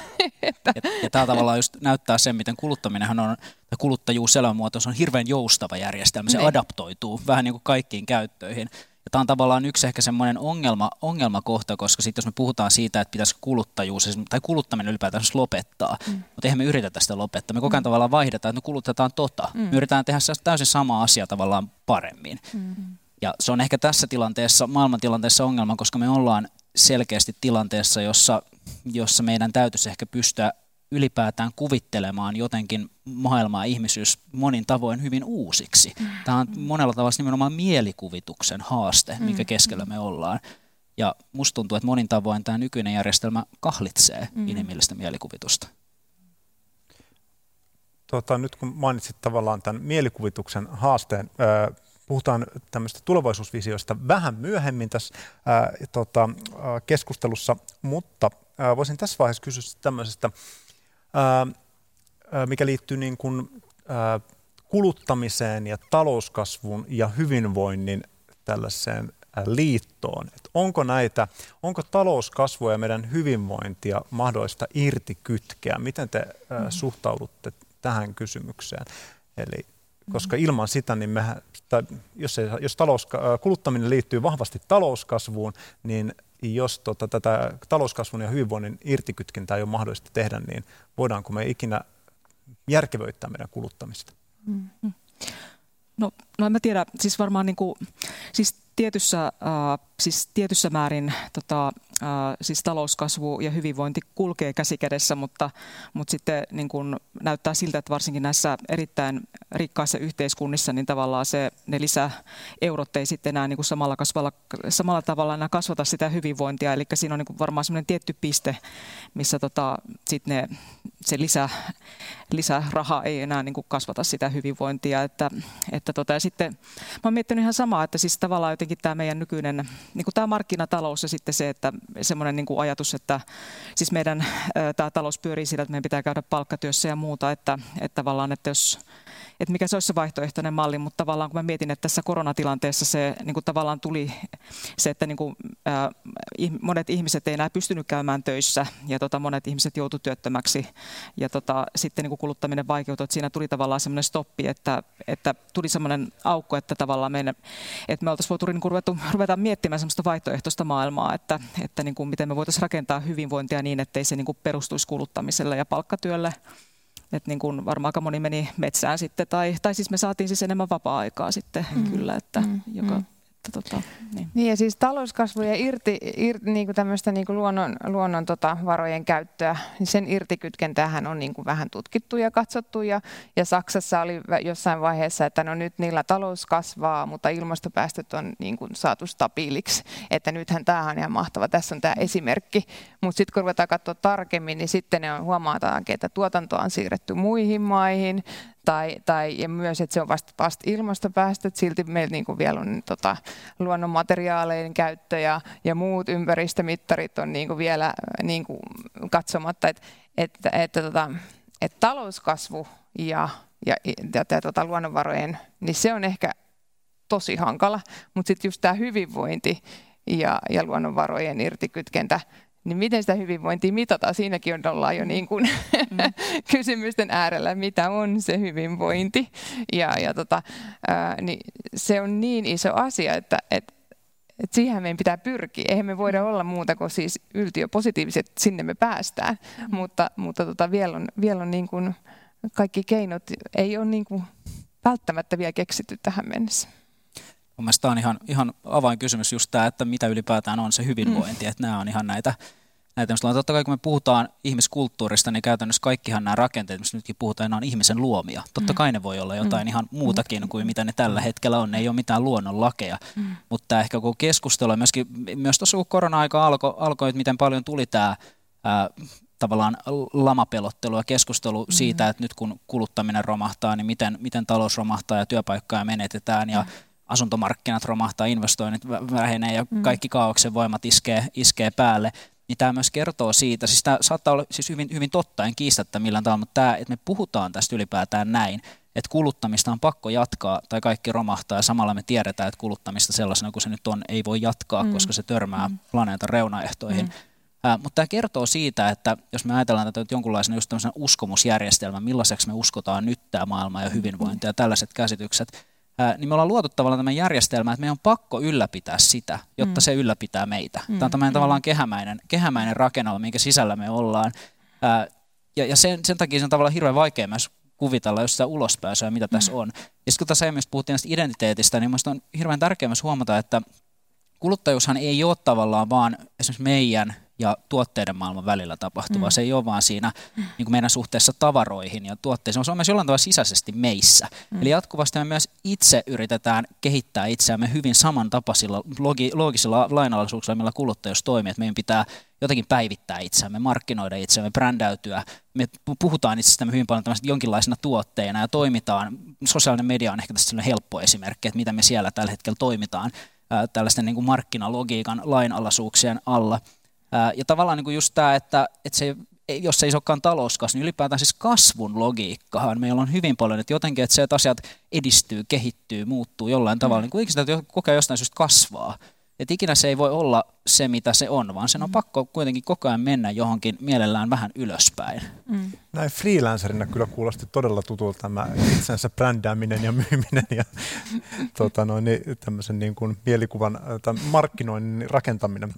A: Ja tämä tavallaan just näyttää sen, miten kuluttaminenhan on, kuluttajuus elämänmuoto, se on hirveän joustava järjestelmä. Se adaptoituu vähän niin kuin kaikkiin käyttöihin. Ja tämä on tavallaan yksi ehkä semmoinen ongelmakohta, koska sitten jos me puhutaan siitä, että pitäisi kuluttajuus tai kuluttaminen ylipäätään lopettaa, mutta eihän me yritetä sitä lopettaa. Me koko ajan tavallaan vaihdetaan, että me kulutetaan Me yritetään tehdä täysin sama asia tavallaan paremmin. Ja se on ehkä tässä tilanteessa, maailmantilanteessa ongelma, koska me ollaan selkeästi tilanteessa, jossa meidän täytyisi ehkä pystyä ylipäätään kuvittelemaan jotenkin maailmaa ja ihmisyys monin tavoin hyvin uusiksi. Tämä on monella tavalla nimenomaan mielikuvituksen haaste, minkä keskellä me ollaan. Ja musta tuntuu, että monin tavoin tämä nykyinen järjestelmä kahlitsee inhimillistä mielikuvitusta.
B: Nyt kun mainitsit tavallaan tämän mielikuvituksen haasteen, puhutaan tämmöistä tulevaisuusvisioista vähän myöhemmin tässä keskustelussa, mutta voisin tässä vaiheessa kysyä tämmöisestä, mikä liittyy niin kuin, kuluttamiseen ja talouskasvun ja hyvinvoinnin tällaiseen liittoon. Et onko talouskasvua ja meidän hyvinvointia mahdollista irtikytkeä? Miten te suhtaudutte tähän kysymykseen? Eli koska ilman sitä, niin jos kuluttaminen liittyy vahvasti talouskasvuun, niin jos tätä talouskasvun ja hyvinvoinnin irtikytkintää ei ole mahdollista tehdä, niin voidaanko me ikinä järkevöittää meidän kuluttamista?
C: No en mä tiedä, siis varmaan tietyssä määrin siis talouskasvu ja hyvinvointi kulkee käsi kädessä, mutta sitten niin kun näyttää siltä, että varsinkin näissä erittäin rikkaissa yhteiskunnissa niin tavallaan ne lisäeurot ei sitten enää niin kuin samalla tavalla enää kasvata sitä hyvinvointia, eli siinä on niin kuin varmaan semmoinen tietty piste, missä sitten se lisäraha ei enää niin kuin kasvata sitä hyvinvointia, ja sitten mä oon miettinyt ihan samaa, että siis tavallaan jotenkin tämä meidän nykyinen niin kuin tämä markkinatalous ja sitten se, että semmoinen niin kuin ajatus, että siis meidän tämä talous pyörii sillä, että meidän pitää käydä palkkatyössä ja muuta, että tavallaan, että mikä se olisi se vaihtoehtoinen malli, mutta tavallaan kun mä mietin, että tässä koronatilanteessa se niin kuin tavallaan tuli se, että niin kuin, monet ihmiset ei enää pystynyt käymään töissä ja monet ihmiset joutuivat työttömäksi ja sitten niin kuin kuluttaminen vaikeutui, että siinä tuli tavallaan semmoinen stoppi, että tuli semmoinen aukko, että tavallaan että me oltaisiin voitu niin kuin ruveta miettimään semmoista vaihtoehtoista maailmaa, että niin kuin miten me voitaisiin rakentaa hyvinvointia niin, ettei se niin kuin perustuisi kuluttamiselle ja palkkatyölle. Että niin kuin varmaan aika moni meni metsään sitten, tai siis me saatiin siis enemmän vapaa-aikaa sitten kyllä, että
D: Niin ja siis talouskasvu ja niin kuin tämmöistä niin kuin luonnon varojen käyttöä, niin sen irtikytkentähän on niin kuin vähän tutkittu ja katsottu ja Saksassa oli jossain vaiheessa, että no nyt niillä talous kasvaa, mutta ilmastopäästöt on niin kuin saatu stabiiliksi, että nythän tämähän on ihan mahtava, tässä on tämä esimerkki, mutta sitten kun ruvetaan katsoa tarkemmin, niin sitten ne huomataankin, että tuotantoa on siirretty muihin maihin, ja myös, että se on vasta ilmastopäästöt, silti meillä niin kuin vielä on luonnonmateriaaleiden käyttö ja muut ympäristömittarit on niin kuin vielä niin kuin katsomatta, että talouskasvu ja luonnonvarojen, niin se on ehkä tosi hankala, mutta sitten just tämä hyvinvointi ja luonnonvarojen irtikytkentä, niin miten sitä hyvinvointia mitataan? Siinäkin ollaan jo niin kuin kysymysten äärellä, mitä on se hyvinvointi. Niin se on niin iso asia, että siihen meidän pitää pyrkiä. Eihän me voida olla muuta kuin siis yltiöpositiiviset, sinne me päästään. Mutta vielä on niin kuin kaikki keinot ei ole niin kuin välttämättä vielä keksitty tähän mennessä.
A: Mun mielestä tämä on ihan avainkysymys just tämä, että mitä ylipäätään on se hyvinvointi. Että nämä on ihan näitä totta kai kun me puhutaan ihmiskulttuurista, niin käytännössä kaikkihan nämä rakenteet, mistä nytkin puhutaan, nämä on ihmisen luomia. Totta kai ne voi olla jotain ihan muutakin kuin mitä ne tällä hetkellä on. Ne ei ole mitään luonnonlakeja. Mutta ehkä kun keskustelua, myös tuossa kun korona-aika alkoi, että miten paljon tuli tämä tavallaan lamapelottelu ja keskustelu siitä, että nyt kun kuluttaminen romahtaa, niin miten talous romahtaa ja työpaikkoja menetetään ja asuntomarkkinat romahtaa, investoinnit vähenee ja kaikki kaaoksen voimat iskee päälle, niin tämä myös kertoo siitä, siis tämä saattaa olla siis hyvin, hyvin totta, en kiistättä millään tavalla, mutta tämä, että me puhutaan tästä ylipäätään näin, että kuluttamista on pakko jatkaa tai kaikki romahtaa ja samalla me tiedetään, että kuluttamista sellaisena kuin se nyt on, ei voi jatkaa, koska se törmää planeetan reunaehtoihin. Mutta tämä kertoo siitä, että jos me ajatellaan tätä jonkunlaisena just tämmöisenä uskomusjärjestelmän, millaiseksi me uskotaan nyt tämä maailma ja hyvinvointi ja tällaiset käsitykset, niin me ollaan luotu tavallaan tämän järjestelmän, että meidän on pakko ylläpitää sitä, jotta se ylläpitää meitä. Tämä on tämmöinen tavallaan kehämäinen rakennelma, minkä sisällä me ollaan. Ja sen takia se on tavallaan hirveän vaikea myös kuvitella just sitä ulospääsyä, mitä tässä on. Ja sitten kun tässä aiemmin puhuttiin näistä identiteetistä, niin minusta on hirveän tärkeää myös huomata, että kuluttajuushan ei ole tavallaan vaan esimerkiksi meidän ja tuotteiden maailman välillä tapahtuvaa. Se ei ole vaan siinä niin kuin meidän suhteessa tavaroihin ja tuotteisiin, se on myös jollain tavalla sisäisesti meissä. Eli jatkuvasti me myös itse yritetään kehittää itseämme hyvin samantapaisilla loogisilla lainalaisuuksilla, millä kuluttajuus toimii. Että meidän pitää jotenkin päivittää itseämme, markkinoida itseämme, brändäytyä. Me puhutaan itsestämme hyvin paljon jonkinlaisena tuotteina ja toimitaan. Sosiaalinen media on ehkä tästä helppo esimerkki, että mitä me siellä tällä hetkellä toimitaan tällaisten niin kuin markkinalogiikan lainalaisuuksien alla. Ja tavallaan niin kuin just tämä, että se, jos se ei olekaan talouskasvu, niin ylipäätään siis kasvun logiikkahan meillä on hyvin paljon, että jotenkin, että se, että asiat edistyy, kehittyy, muuttuu jollain tavalla, niin kuitenkin sitä koko ajan jostain syystä kasvaa. Että ikinä se ei voi olla se, mitä se on, vaan sen on pakko kuitenkin koko ajan mennä johonkin mielellään vähän ylöspäin.
B: Näin freelancerina kyllä kuulosti todella tutulta tämä itsensä brändääminen ja myyminen ja tämmöisen niin kuin mielikuvan markkinoinnin rakentaminen.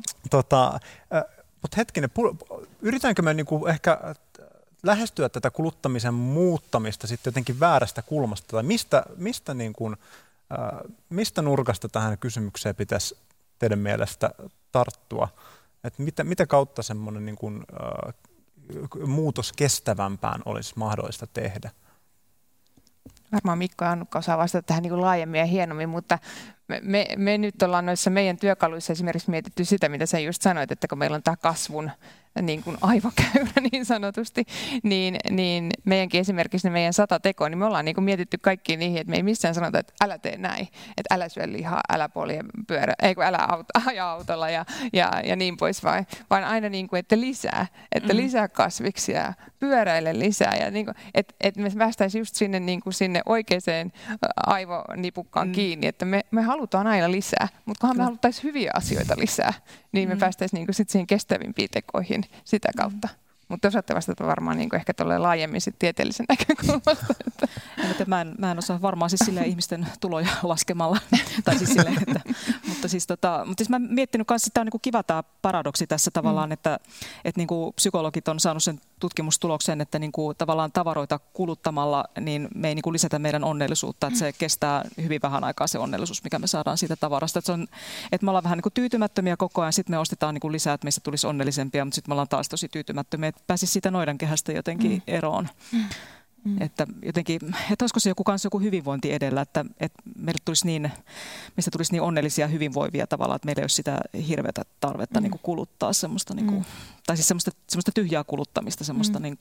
B: Mutta hetkinen, yritänkö me niinku ehkä lähestyä tätä kuluttamisen muuttamista sitten jotenkin väärästä kulmasta, tai mistä nurkasta tähän kysymykseen pitäisi teidän mielestä tarttua? Et mitä kautta semmoinen niinku, muutos kestävämpään olisi mahdollista tehdä?
D: Varmaan Mikko ja Annukka osaa vastata tähän niin kuin laajemmin ja hienommin, mutta me nyt ollaan noissa meidän työkaluissa esimerkiksi mietitty sitä, mitä sä just sanoit, että kun meillä on tämä kasvun niin kuin aivokäyrä niin sanotusti, niin meidänkin esimerkiksi meidän 100 tekoa, niin me ollaan niin kuin mietitty kaikkiin niihin, että me ei missään sanota, että älä tee näin, että älä syö lihaa, älä polje pyörä, älä aja autolla ja niin pois, vaan aina niin kuin, että lisää kasviksia, pyöräile lisää ja niin kuin, että me päästäisiin just sinne, niin kuin sinne oikeaan aivonipukkaan kiinni, että me halutaan aina lisää, mutta kunhan me haluttaisiin hyviä asioita lisää, niin me päästäisiin niin kuin sit siihen kestävimpiin tekoihin sitä kautta. Mutta osaatte vastata varmaan niin ehkä laajemmin sit tieteellisen näkökulmasta.
C: Mä en osaa varmaan siis silleen ihmisten tuloja laskemalla. Tai siis silleen, mutta siis mä miettinyt myös, että tämä on niin kiva tämä paradoksi tässä tavallaan, että niin kuin psykologit on saanut sen tutkimustuloksen, että niin kuin tavallaan tavaroita kuluttamalla, niin me ei niin kuin lisätä meidän onnellisuutta, että se kestää hyvin vähän aikaa se onnellisuus, mikä me saadaan siitä tavarasta. Että me ollaan vähän niin kuin tyytymättömiä koko ajan, sitten me ostetaan niin kuin lisää, että meistä tulisi onnellisempia, mutta sitten me ollaan taas tosi tyytymättömiä, että pääsisi siitä noidankehästä jotenkin eroon. Että jotenkin, että olisiko se joku hyvinvointi edellä, että meistä tulisi niin onnellisia hyvinvoivia tavalla, että meillä ei ole sitä hirveätä tarvetta niin kuin kuluttaa semmoista, niin kuin, tai siis semmoista tyhjää kuluttamista, semmoista niin.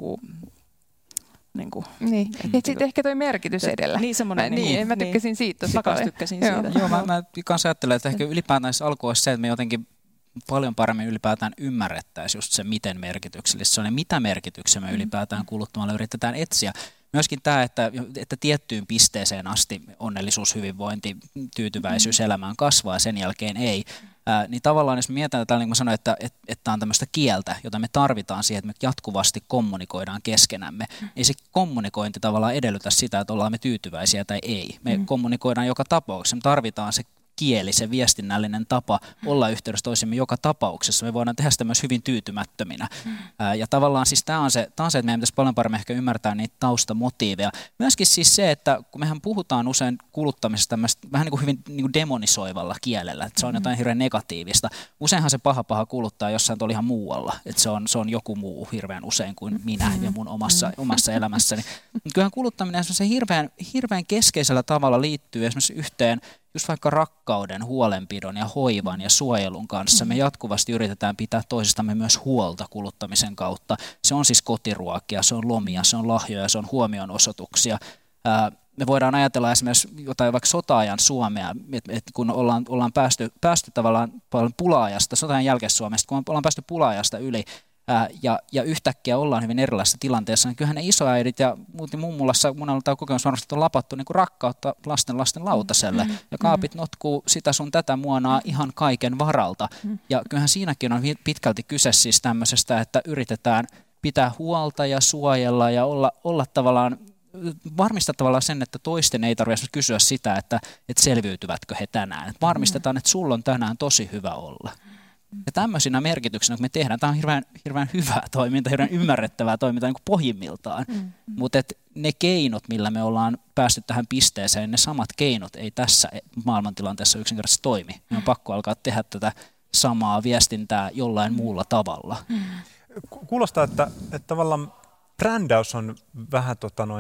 D: Ja sitten ehkä toi merkitys edellä.
C: Niin semmoinen.
D: Mä tykkäsin siitä tosi paljon.
C: Tykkäsin siitä.
A: Joo, mä kanssa ajattelen, että ehkä ylipäätään alku olisi se, että me jotenkin paljon paremmin ylipäätään ymmärrettäisiin just se, miten merkityksellistä se on ja mitä merkityksiä me ylipäätään kuluttamalla yritetään etsiä. Myöskin tämä, että tiettyyn pisteeseen asti onnellisuus, hyvinvointi, tyytyväisyys elämään kasvaa ja sen jälkeen ei. Niin tavallaan jos mietitään tätä, niin kuin mä sanoin, että tämä on tämmöistä kieltä, jota me tarvitaan siihen, että me jatkuvasti kommunikoidaan keskenämme. Ei se kommunikointi tavallaan edellytä sitä, että ollaan me tyytyväisiä tai ei. Me kommunikoidaan joka tapauksessa. Me tarvitaan se kieli, se viestinnällinen tapa olla yhteydessä toisimme joka tapauksessa. Me voidaan tehdä sitä myös hyvin tyytymättöminä. Ja tavallaan siis tämä on se, että meidän pitäisi paljon paremmin ehkä ymmärtää niitä taustamotiiveja. Myöskin siis se, että kun mehän puhutaan usein kuluttamisesta tämmöistä vähän niin kuin hyvin niin kuin demonisoivalla kielellä, että se on jotain hirveän negatiivista. Useinhan se paha kuluttaa jossain tuolla ihan muualla, että se on joku muu hirveän usein kuin minä ja mun omassa elämässäni. Mutta kyllähän kuluttaminen se hirveän keskeisellä tavalla liittyy esimerkiksi yhteen just vaikka rakkauden, huolenpidon ja hoivan ja suojelun kanssa. Me jatkuvasti yritetään pitää toisistamme myös huolta kuluttamisen kautta. Se on siis kotiruokia, se on lomia, se on lahjoja, se on huomionosoituksia. Me voidaan ajatella esimerkiksi jotain vaikka sota-ajan Suomea, että kun ollaan päästy tavallaan paljon pula-ajasta, sota-ajan jälkeistä Suomesta, kun ollaan päästy pula-ajasta yli, ja yhtäkkiä ollaan hyvin erilaisessa tilanteessa, niin kyllähän ne isoäidit ja mummulassa monella tämä kokemus varmasti on lapattu niin kuin rakkautta lasten lautaselle. Ja kaapit notkuu sitä sun tätä muonaa ihan kaiken varalta. Ja kyllähän siinäkin on pitkälti kyse siis tämmöisestä, että yritetään pitää huolta ja suojella ja olla tavallaan, varmistaa tavallaan sen, että toisten ei tarvitse kysyä sitä, että selviytyvätkö he tänään. Että varmistetaan, että sulla on tänään tosi hyvä olla. Ja tämmöisinä merkityksinä, kun me tehdään, tämä on hirveän hyvää toimintaa, hirveän ymmärrettävää toimintaa niin kuin pohjimmiltaan. Mutta ne keinot, millä me ollaan päästy tähän pisteeseen, ne samat keinot ei tässä maailmantilanteessa yksinkertaisesti toimi. Me on pakko alkaa tehdä tätä samaa viestintää jollain muulla tavalla.
B: Kuulostaa, että tavallaan brändäys on vähän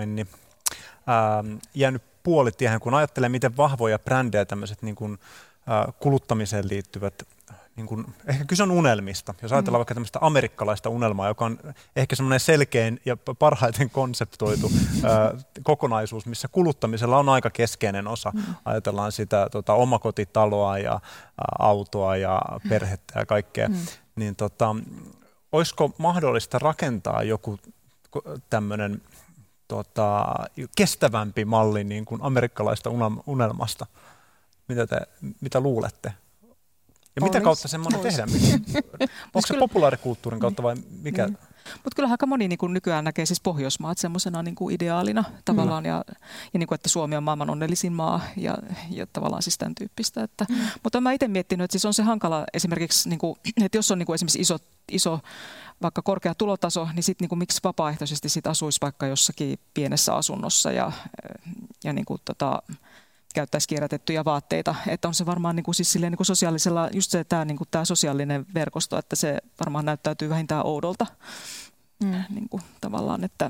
B: jäänyt puolitiehen, kun ajattelee, miten vahvoja brändejä tämmöiset niin kuin, kuluttamiseen liittyvät, niin kuin, ehkä kyse on unelmista. Jos ajatellaan vaikka tämmöistä amerikkalaista unelmaa, joka on ehkä semmoinen selkein ja parhaiten konseptoitu kokonaisuus, missä kuluttamisella on aika keskeinen osa. Ajatellaan sitä omakotitaloa ja autoa ja perhettä ja kaikkea. Niin, olisiko mahdollista rakentaa joku tämmöinen kestävämpi malli niin kuin amerikkalaista unelmasta? Mitä luulette? Ja mitä kautta semmoinen tehdään? Onko se populaarikulttuurin kautta vai mikä?
C: Mutta kyllähän aika moni niin kuin nykyään näkee siis Pohjoismaat semmoisena niin kuin ideaalina tavallaan ja niin kuin, että Suomi on maailman onnellisin maa ja tavallaan siis tämän tyyppistä. Mutta olen itse miettinyt, että siis on se hankala esimerkiksi, niin kuin, että jos on niin kuin esimerkiksi iso vaikka korkea tulotaso, niin sitten niin kuin, miksi vapaaehtoisesti sit asuisi vaikka jossakin pienessä asunnossa ja niin kuin, käyttäisi kierrätettyjä vaatteita, että on se varmaan niin kuin, siis silleen, niin kuin sosiaalisella, just se tämä niin kuin, sosiaalinen verkosto, että se varmaan näyttäytyy vähintään oudolta niin kuin, tavallaan, että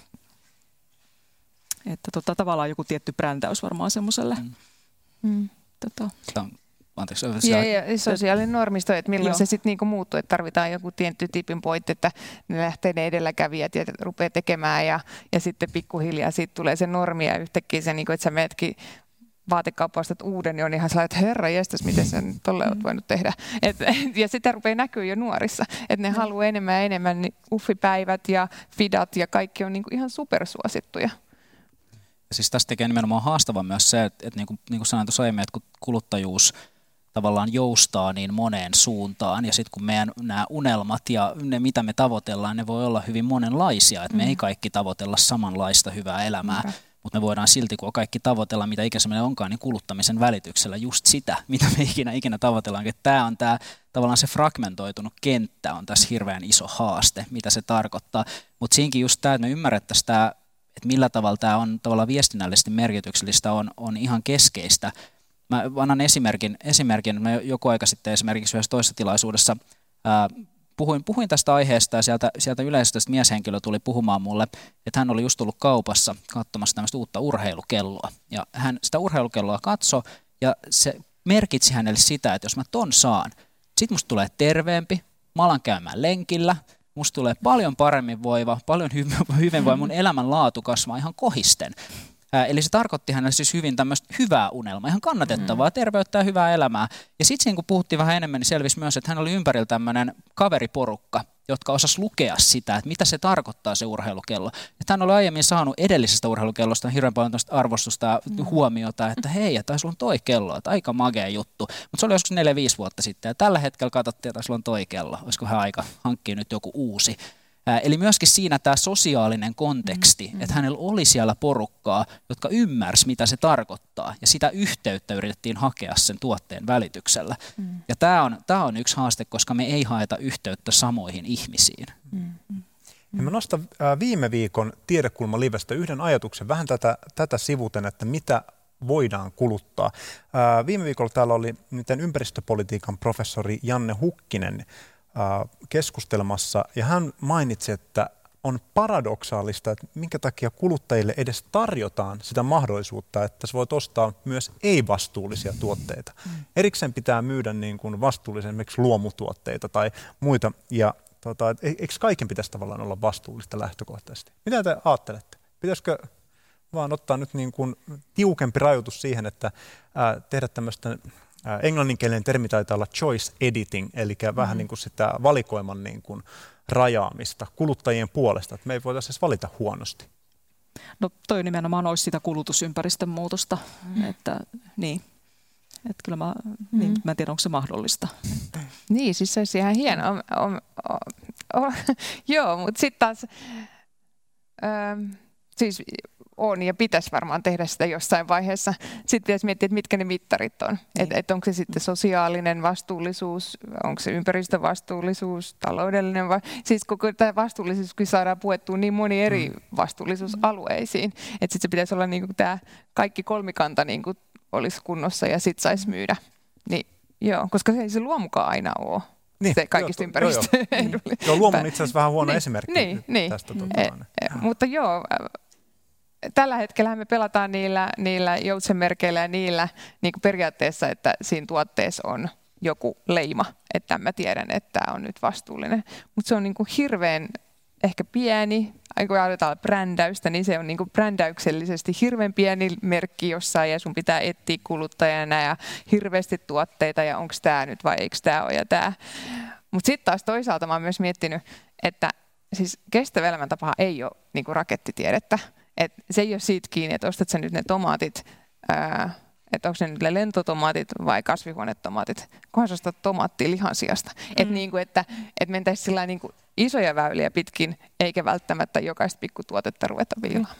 C: tavallaan joku tietty brändäys varmaan semmoiselle.
D: Ja sosiaalinen normisto, että milloin se sitten niinku muuttuu, että tarvitaan joku tietty tipin point, että ne lähtee ne edelläkävijät ja rupeaa tekemään ja sitten pikkuhiljaa siitä tulee se normi ja yhtäkkiä se, niinku, että sä meetkin vaatekaupasta uuden, niin on ihan sellainen, että herra jestas, miten sä nyt tolle oot voinut tehdä. Ja sitä rupeaa näkyä jo nuorissa, että ne haluaa enemmän ja enemmän, niin uffipäivät ja fidat ja kaikki on niinku ihan supersuosittuja. Siis
A: tästä tekee nimenomaan haastava myös se, että niin kuin sanoin tuossa aiemmin, että kun kuluttajuus tavallaan joustaa niin moneen suuntaan, ja sitten kun meidän nämä unelmat ja ne, mitä me tavoitellaan, ne voi olla hyvin monenlaisia, että me ei kaikki tavoitella samanlaista hyvää elämää, mutta me voidaan silti, kun kaikki tavoitella, mitä ikinä meillä onkaan, niin kuluttamisen välityksellä just sitä, mitä me ikinä tavoitellaan. Tämä on tavallaan se fragmentoitunut kenttä on tässä hirveän iso haaste, mitä se tarkoittaa, mutta siinäkin just tämä, että me ymmärrettäisiin tämä, että millä tavalla tämä on tavallaan viestinnällisesti merkityksellistä, on ihan keskeistä. Mä annan esimerkin. Mä joku aika sitten esimerkiksi yhdessä toisessa tilaisuudessa puhuin tästä aiheesta, ja sieltä yleisöstä mieshenkilö tuli puhumaan mulle, että hän oli just tullut kaupassa katsomassa tämmöistä uutta urheilukelloa. Ja hän sitä urheilukelloa katsoi, ja se merkitsi hänelle sitä, että jos mä ton saan, sit musta tulee terveempi, mä alan käymään lenkillä, musta tulee paljon paremmin voiva, paljon hyvinvoiva, mun elämänlaatu kasvaa ihan kohisten. Eli se tarkoitti hänelle siis hyvin tämmöistä hyvää unelmaa, ihan kannatettavaa, terveyttä ja hyvää elämää. Ja sitten kun puhuttiin vähän enemmän, niin selvisi myös, että hän oli ympärillä tämmöinen kaveriporukka, jotka osas lukea sitä, että mitä se tarkoittaa se urheilukello. Että hän oli aiemmin saanut edellisestä urheilukellosta hirveän paljon arvostusta ja huomiota, että hei, että sulla on toi kello, että aika magea juttu. Mutta se oli joskus 4-5 vuotta sitten, ja tällä hetkellä katsottiin, että sulla on toi kello, olisiko hän aika hankkia nyt joku uusi. Eli myöskin siinä tämä sosiaalinen konteksti, että hänellä oli siellä porukkaa, jotka ymmärsi, mitä se tarkoittaa, ja sitä yhteyttä yritettiin hakea sen tuotteen välityksellä. Ja tämä on yksi haaste, koska me ei haeta yhteyttä samoihin ihmisiin.
B: Ja mä nostan viime viikon Tiedekulma-livestä yhden ajatuksen, vähän tätä sivuten, että mitä voidaan kuluttaa. Viime viikolla täällä oli ympäristöpolitiikan professori Janne Hukkinen keskustelmassa, ja hän mainitsi, että on paradoksaalista, että minkä takia kuluttajille edes tarjotaan sitä mahdollisuutta, että sä voit ostaa myös ei-vastuullisia tuotteita. Erikseen pitää myydä niin kuin vastuullisen esimerkiksi luomutuotteita tai muita, ja eikö kaiken pitäisi tavallaan olla vastuullista lähtökohtaisesti? Mitä te ajattelette? Pitäisikö vaan ottaa nyt niin kuin tiukempi rajoitus siihen, että tehdä tämmöistä englanninkielinen termi taitaa olla choice editing, eli vähän niin kuin sitä valikoiman niin kuin rajaamista kuluttajien puolesta, että me ei voitaisiin edes valita huonosti.
C: No toi nimenomaan olisi sitä kulutusympäristön muutosta, että niin. Että kyllä mä en tiedä, onko se mahdollista.
D: Niin, siis se olisi ihan hieno. Joo, mutta sitten taas siis on ja pitäisi varmaan tehdä sitä jossain vaiheessa. Sitten pitäisi miettiä, että mitkä ne mittarit on. Että onko se sitten sosiaalinen vastuullisuus, onko se ympäristövastuullisuus, taloudellinen siis koko tämä vastuullisuus, kun saadaan puettua niin moni eri vastuullisuusalueisiin. Että sitten se pitäisi olla niin kuin tämä kaikki kolmikanta niin kuin olisi kunnossa ja sitten saisi myydä. Niin, joo, koska se ei se luomukaan aina ole. Niin, se kaikista ympäristöedullinen.
B: Joo, luomu on itse asiassa vähän huono esimerkki tästä.
D: Mutta joo, tällä hetkellä me pelataan niillä joutsenmerkeillä ja niillä niin kuin periaatteessa, että siinä tuotteessa on joku leima, että mä tiedän, että tämä on nyt vastuullinen. Mutta se on niin kuin hirveän ehkä pieni, kun ajatellaan brändäystä, niin se on niin kuin brändäyksellisesti hirveän pieni merkki jossain ja sun pitää etsiä kuluttajana ja hirveästi tuotteita ja onko tämä nyt vai eikö tämä ole ja tämä. Mutta sitten taas toisaalta mä oon myös miettinyt, että siis kestävä elämäntapa ei ole niin kuin rakettitiedettä. Et se ei ole siitä kiinni, että ostat sä nyt ne tomaatit, että onko ne nyt lentotomaatit vai kasvihuonetomaatit, kunhan sä ostat tomaattia lihan sijasta. Että mentäisiin sillä niin kuin isoja väyliä pitkin, eikä välttämättä jokaista pikkutuotetta ruveta viilaamaan.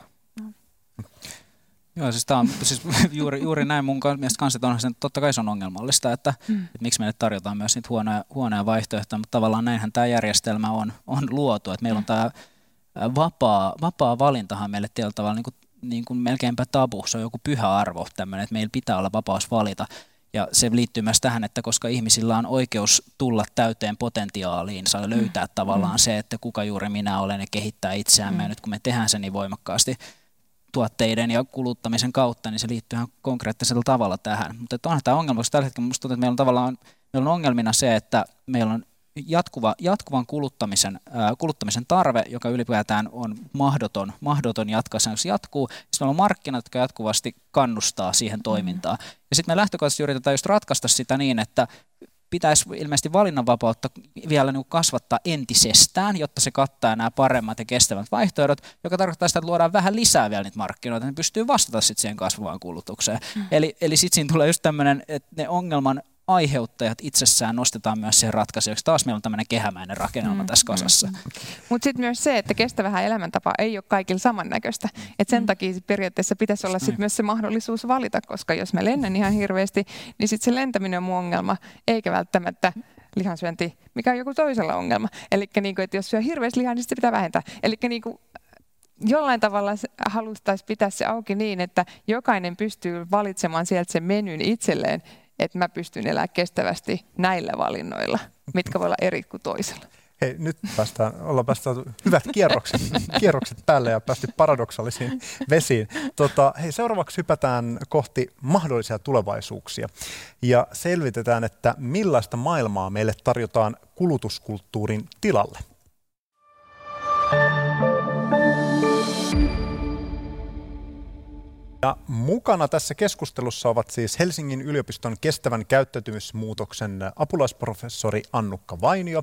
A: Joo, siis tämä on siis juuri näin mun mielestä kanssa, että onhan se totta kai se on ongelmallista, että miksi meille tarjotaan myös niitä huonoja vaihtoehtoja, mutta tavallaan näinhän tämä järjestelmä on luotu, että meillä on tämä vapaa valintahan meille tietyllä tavalla niin kuin melkeinpä tabu, se on joku pyhä arvo tämmöinen, että meillä pitää olla vapaus valita. Ja se liittyy myös tähän, että koska ihmisillä on oikeus tulla täyteen potentiaaliin, saa löytää tavallaan se, että kuka juuri minä olen ja kehittää itseämme. Ja nyt kun me tehdään se niin voimakkaasti tuotteiden ja kuluttamisen kautta, niin se liittyy ihan konkreettisella tavalla tähän. Mutta onhan tämä ongelma, koska tällä hetkellä minusta tuntuu, että meillä on ongelmina se, että meillä on jatkuvan kuluttamisen tarve, joka ylipäätään on mahdoton jatkaa sen, jos se jatkuu. Sitten meillä on markkinat, jotka jatkuvasti kannustaa siihen toimintaan. Ja sitten me lähtökohtaisesti yritetään just ratkaista sitä niin, että pitäisi ilmeisesti valinnanvapautta vielä niin kasvattaa entisestään, jotta se kattaa nämä paremmat ja kestävät vaihtoehdot, joka tarkoittaa sitä, että luodaan vähän lisää vielä niitä markkinoita, että ne pystyy vastata sitten siihen kasvavaan kulutukseen. Eli sitten siinä tulee just tämmöinen, että ne aiheuttajat itsessään nostetaan myös siihen ratkaisuksi. Taas meillä on tämmöinen kehämäinen rakennelma tässä kasassa.
D: Mutta sitten myös se, että kestävä elämäntapa ei ole kaikilla samannäköistä. Et sen takia periaatteessa pitäisi olla sit myös se mahdollisuus valita, koska jos mä lennän ihan hirveästi, niin sitten se lentäminen on mun ongelma, eikä välttämättä lihansyönti, mikä on joku toisella ongelma. Eli niinku, että jos syö hirveästi lihaa, niin sitä pitää vähentää. Eli niinku, jollain tavalla halustaisiin pitää se auki niin, että jokainen pystyy valitsemaan sieltä sen menyn itselleen, että mä pystyn elämään kestävästi näillä valinnoilla, mitkä voi olla eri kuin toisella.
B: Hei, nyt ollaan päästy hyvät kierrokset päälle ja päästy paradoksaalisiin vesiin. Hei, seuraavaksi hypätään kohti mahdollisia tulevaisuuksia ja selvitetään, että millaista maailmaa meille tarjotaan kulutuskulttuurin tilalle. Ja mukana tässä keskustelussa ovat siis Helsingin yliopiston kestävän käyttäytymismuutoksen apulaisprofessori Annukka Vainio,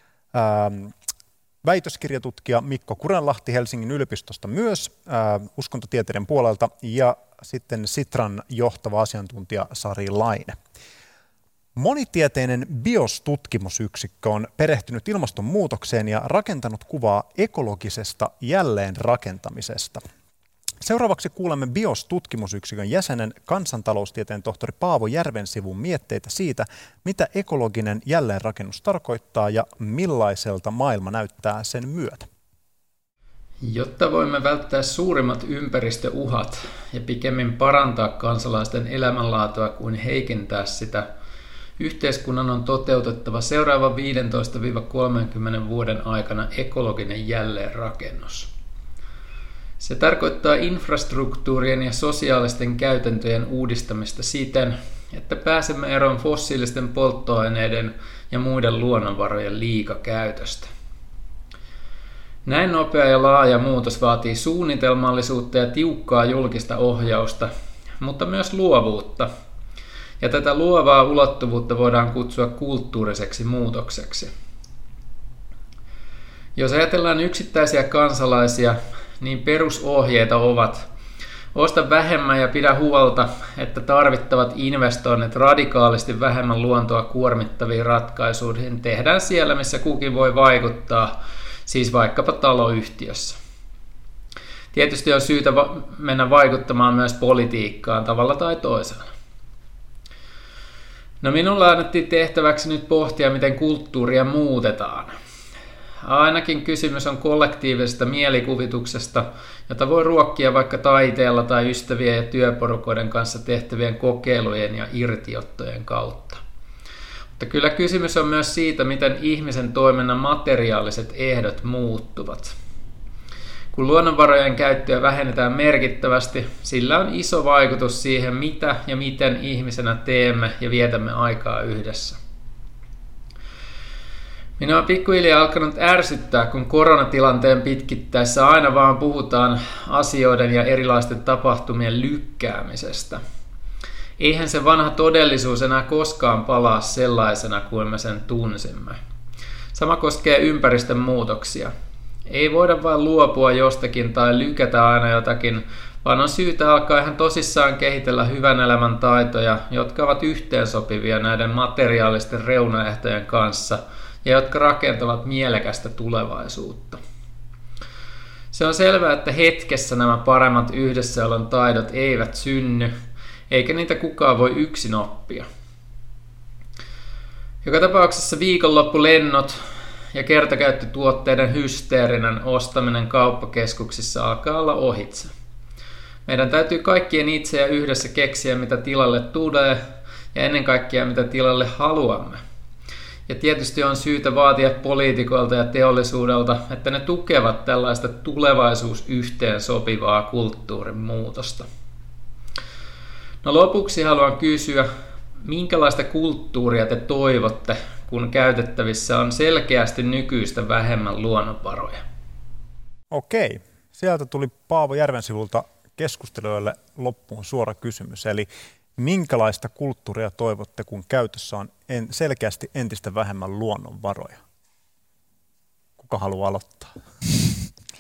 B: väitöskirjatutkija Mikko Kurenlahti Helsingin yliopistosta myös uskontotieteiden puolelta ja sitten Sitran johtava asiantuntija Sari Laine. Monitieteinen BIOS-tutkimusyksikkö on perehtynyt ilmastonmuutokseen ja rakentanut kuvaa ekologisesta jälleenrakentamisesta. Seuraavaksi kuulemme BIOS-tutkimusyksikön jäsenen kansantaloustieteen tohtori Paavo Järvensivun mietteitä siitä, mitä ekologinen jälleenrakennus tarkoittaa ja millaiselta maailma näyttää sen myötä.
E: Jotta voimme välttää suurimmat ympäristöuhat ja pikemmin parantaa kansalaisten elämänlaatua kuin heikentää sitä, yhteiskunnan on toteutettava seuraavan 15-30 vuoden aikana ekologinen jälleenrakennus. Se tarkoittaa infrastruktuurien ja sosiaalisten käytäntöjen uudistamista siten, että pääsemme eroon fossiilisten polttoaineiden ja muiden luonnonvarojen liikakäytöstä. Näin nopea ja laaja muutos vaatii suunnitelmallisuutta ja tiukkaa julkista ohjausta, mutta myös luovuutta. Ja tätä luovaa ulottuvuutta voidaan kutsua kulttuuriseksi muutokseksi. Jos ajatellaan yksittäisiä kansalaisia, niin perusohjeita ovat: osta vähemmän ja pidä huolta, että tarvittavat investoinnit radikaalisti vähemmän luontoa kuormittaviin ratkaisuihin tehdään siellä, missä kukin voi vaikuttaa, siis vaikkapa taloyhtiössä. Tietysti on syytä mennä vaikuttamaan myös politiikkaan tavalla tai toisella. No, minulle annettiin tehtäväksi nyt pohtia, miten kulttuuria muutetaan. Ainakin kysymys on kollektiivisesta mielikuvituksesta, jota voi ruokkia vaikka taiteella tai ystävien ja työporukoiden kanssa tehtävien kokeilujen ja irtiottojen kautta. Mutta kyllä kysymys on myös siitä, miten ihmisen toiminnan materiaaliset ehdot muuttuvat. Kun luonnonvarojen käyttöä vähennetään merkittävästi, sillä on iso vaikutus siihen, mitä ja miten ihmisenä teemme ja vietämme aikaa yhdessä. Minua on pikkuhiljaa alkanut ärsyttää, kun koronatilanteen pitkittäessä aina vaan puhutaan asioiden ja erilaisten tapahtumien lykkäämisestä. Eihän se vanha todellisuus enää koskaan palaa sellaisena kuin me sen tunsimme. Sama koskee ympäristön muutoksia. Ei voida vain luopua jostakin tai lykätä aina jotakin, vaan on syytä alkaa ihan tosissaan kehitellä hyvän elämän taitoja, jotka ovat yhteensopivia näiden materiaalisten reunaehtojen kanssa ja jotka rakentavat mielekästä tulevaisuutta. Se on selvää, että hetkessä nämä paremmat yhdessäolon taidot eivät synny, eikä niitä kukaan voi yksin oppia. Joka tapauksessa viikonloppulennot ja kertakäyttötuotteiden hysteerinen ostaminen kauppakeskuksissa alkaa olla ohitse. Meidän täytyy kaikkien itse ja yhdessä keksiä, mitä tilalle tulee ja ennen kaikkea mitä tilalle haluamme. Ja tietysti on syytä vaatia poliitikoilta ja teollisuudelta, että ne tukevat tällaista tulevaisuusyhteen sopivaa kulttuurin muutosta. No, lopuksi haluan kysyä, minkälaista kulttuuria te toivotte, kun käytettävissä on selkeästi nykyistä vähemmän luonnonvaroja?
B: Okei, sieltä tuli Paavo Järvensivulta keskustelijoille loppuun suora kysymys, eli minkälaista kulttuuria toivotte, kun käytössä on selkeästi entistä vähemmän luonnonvaroja? Kuka haluaa aloittaa?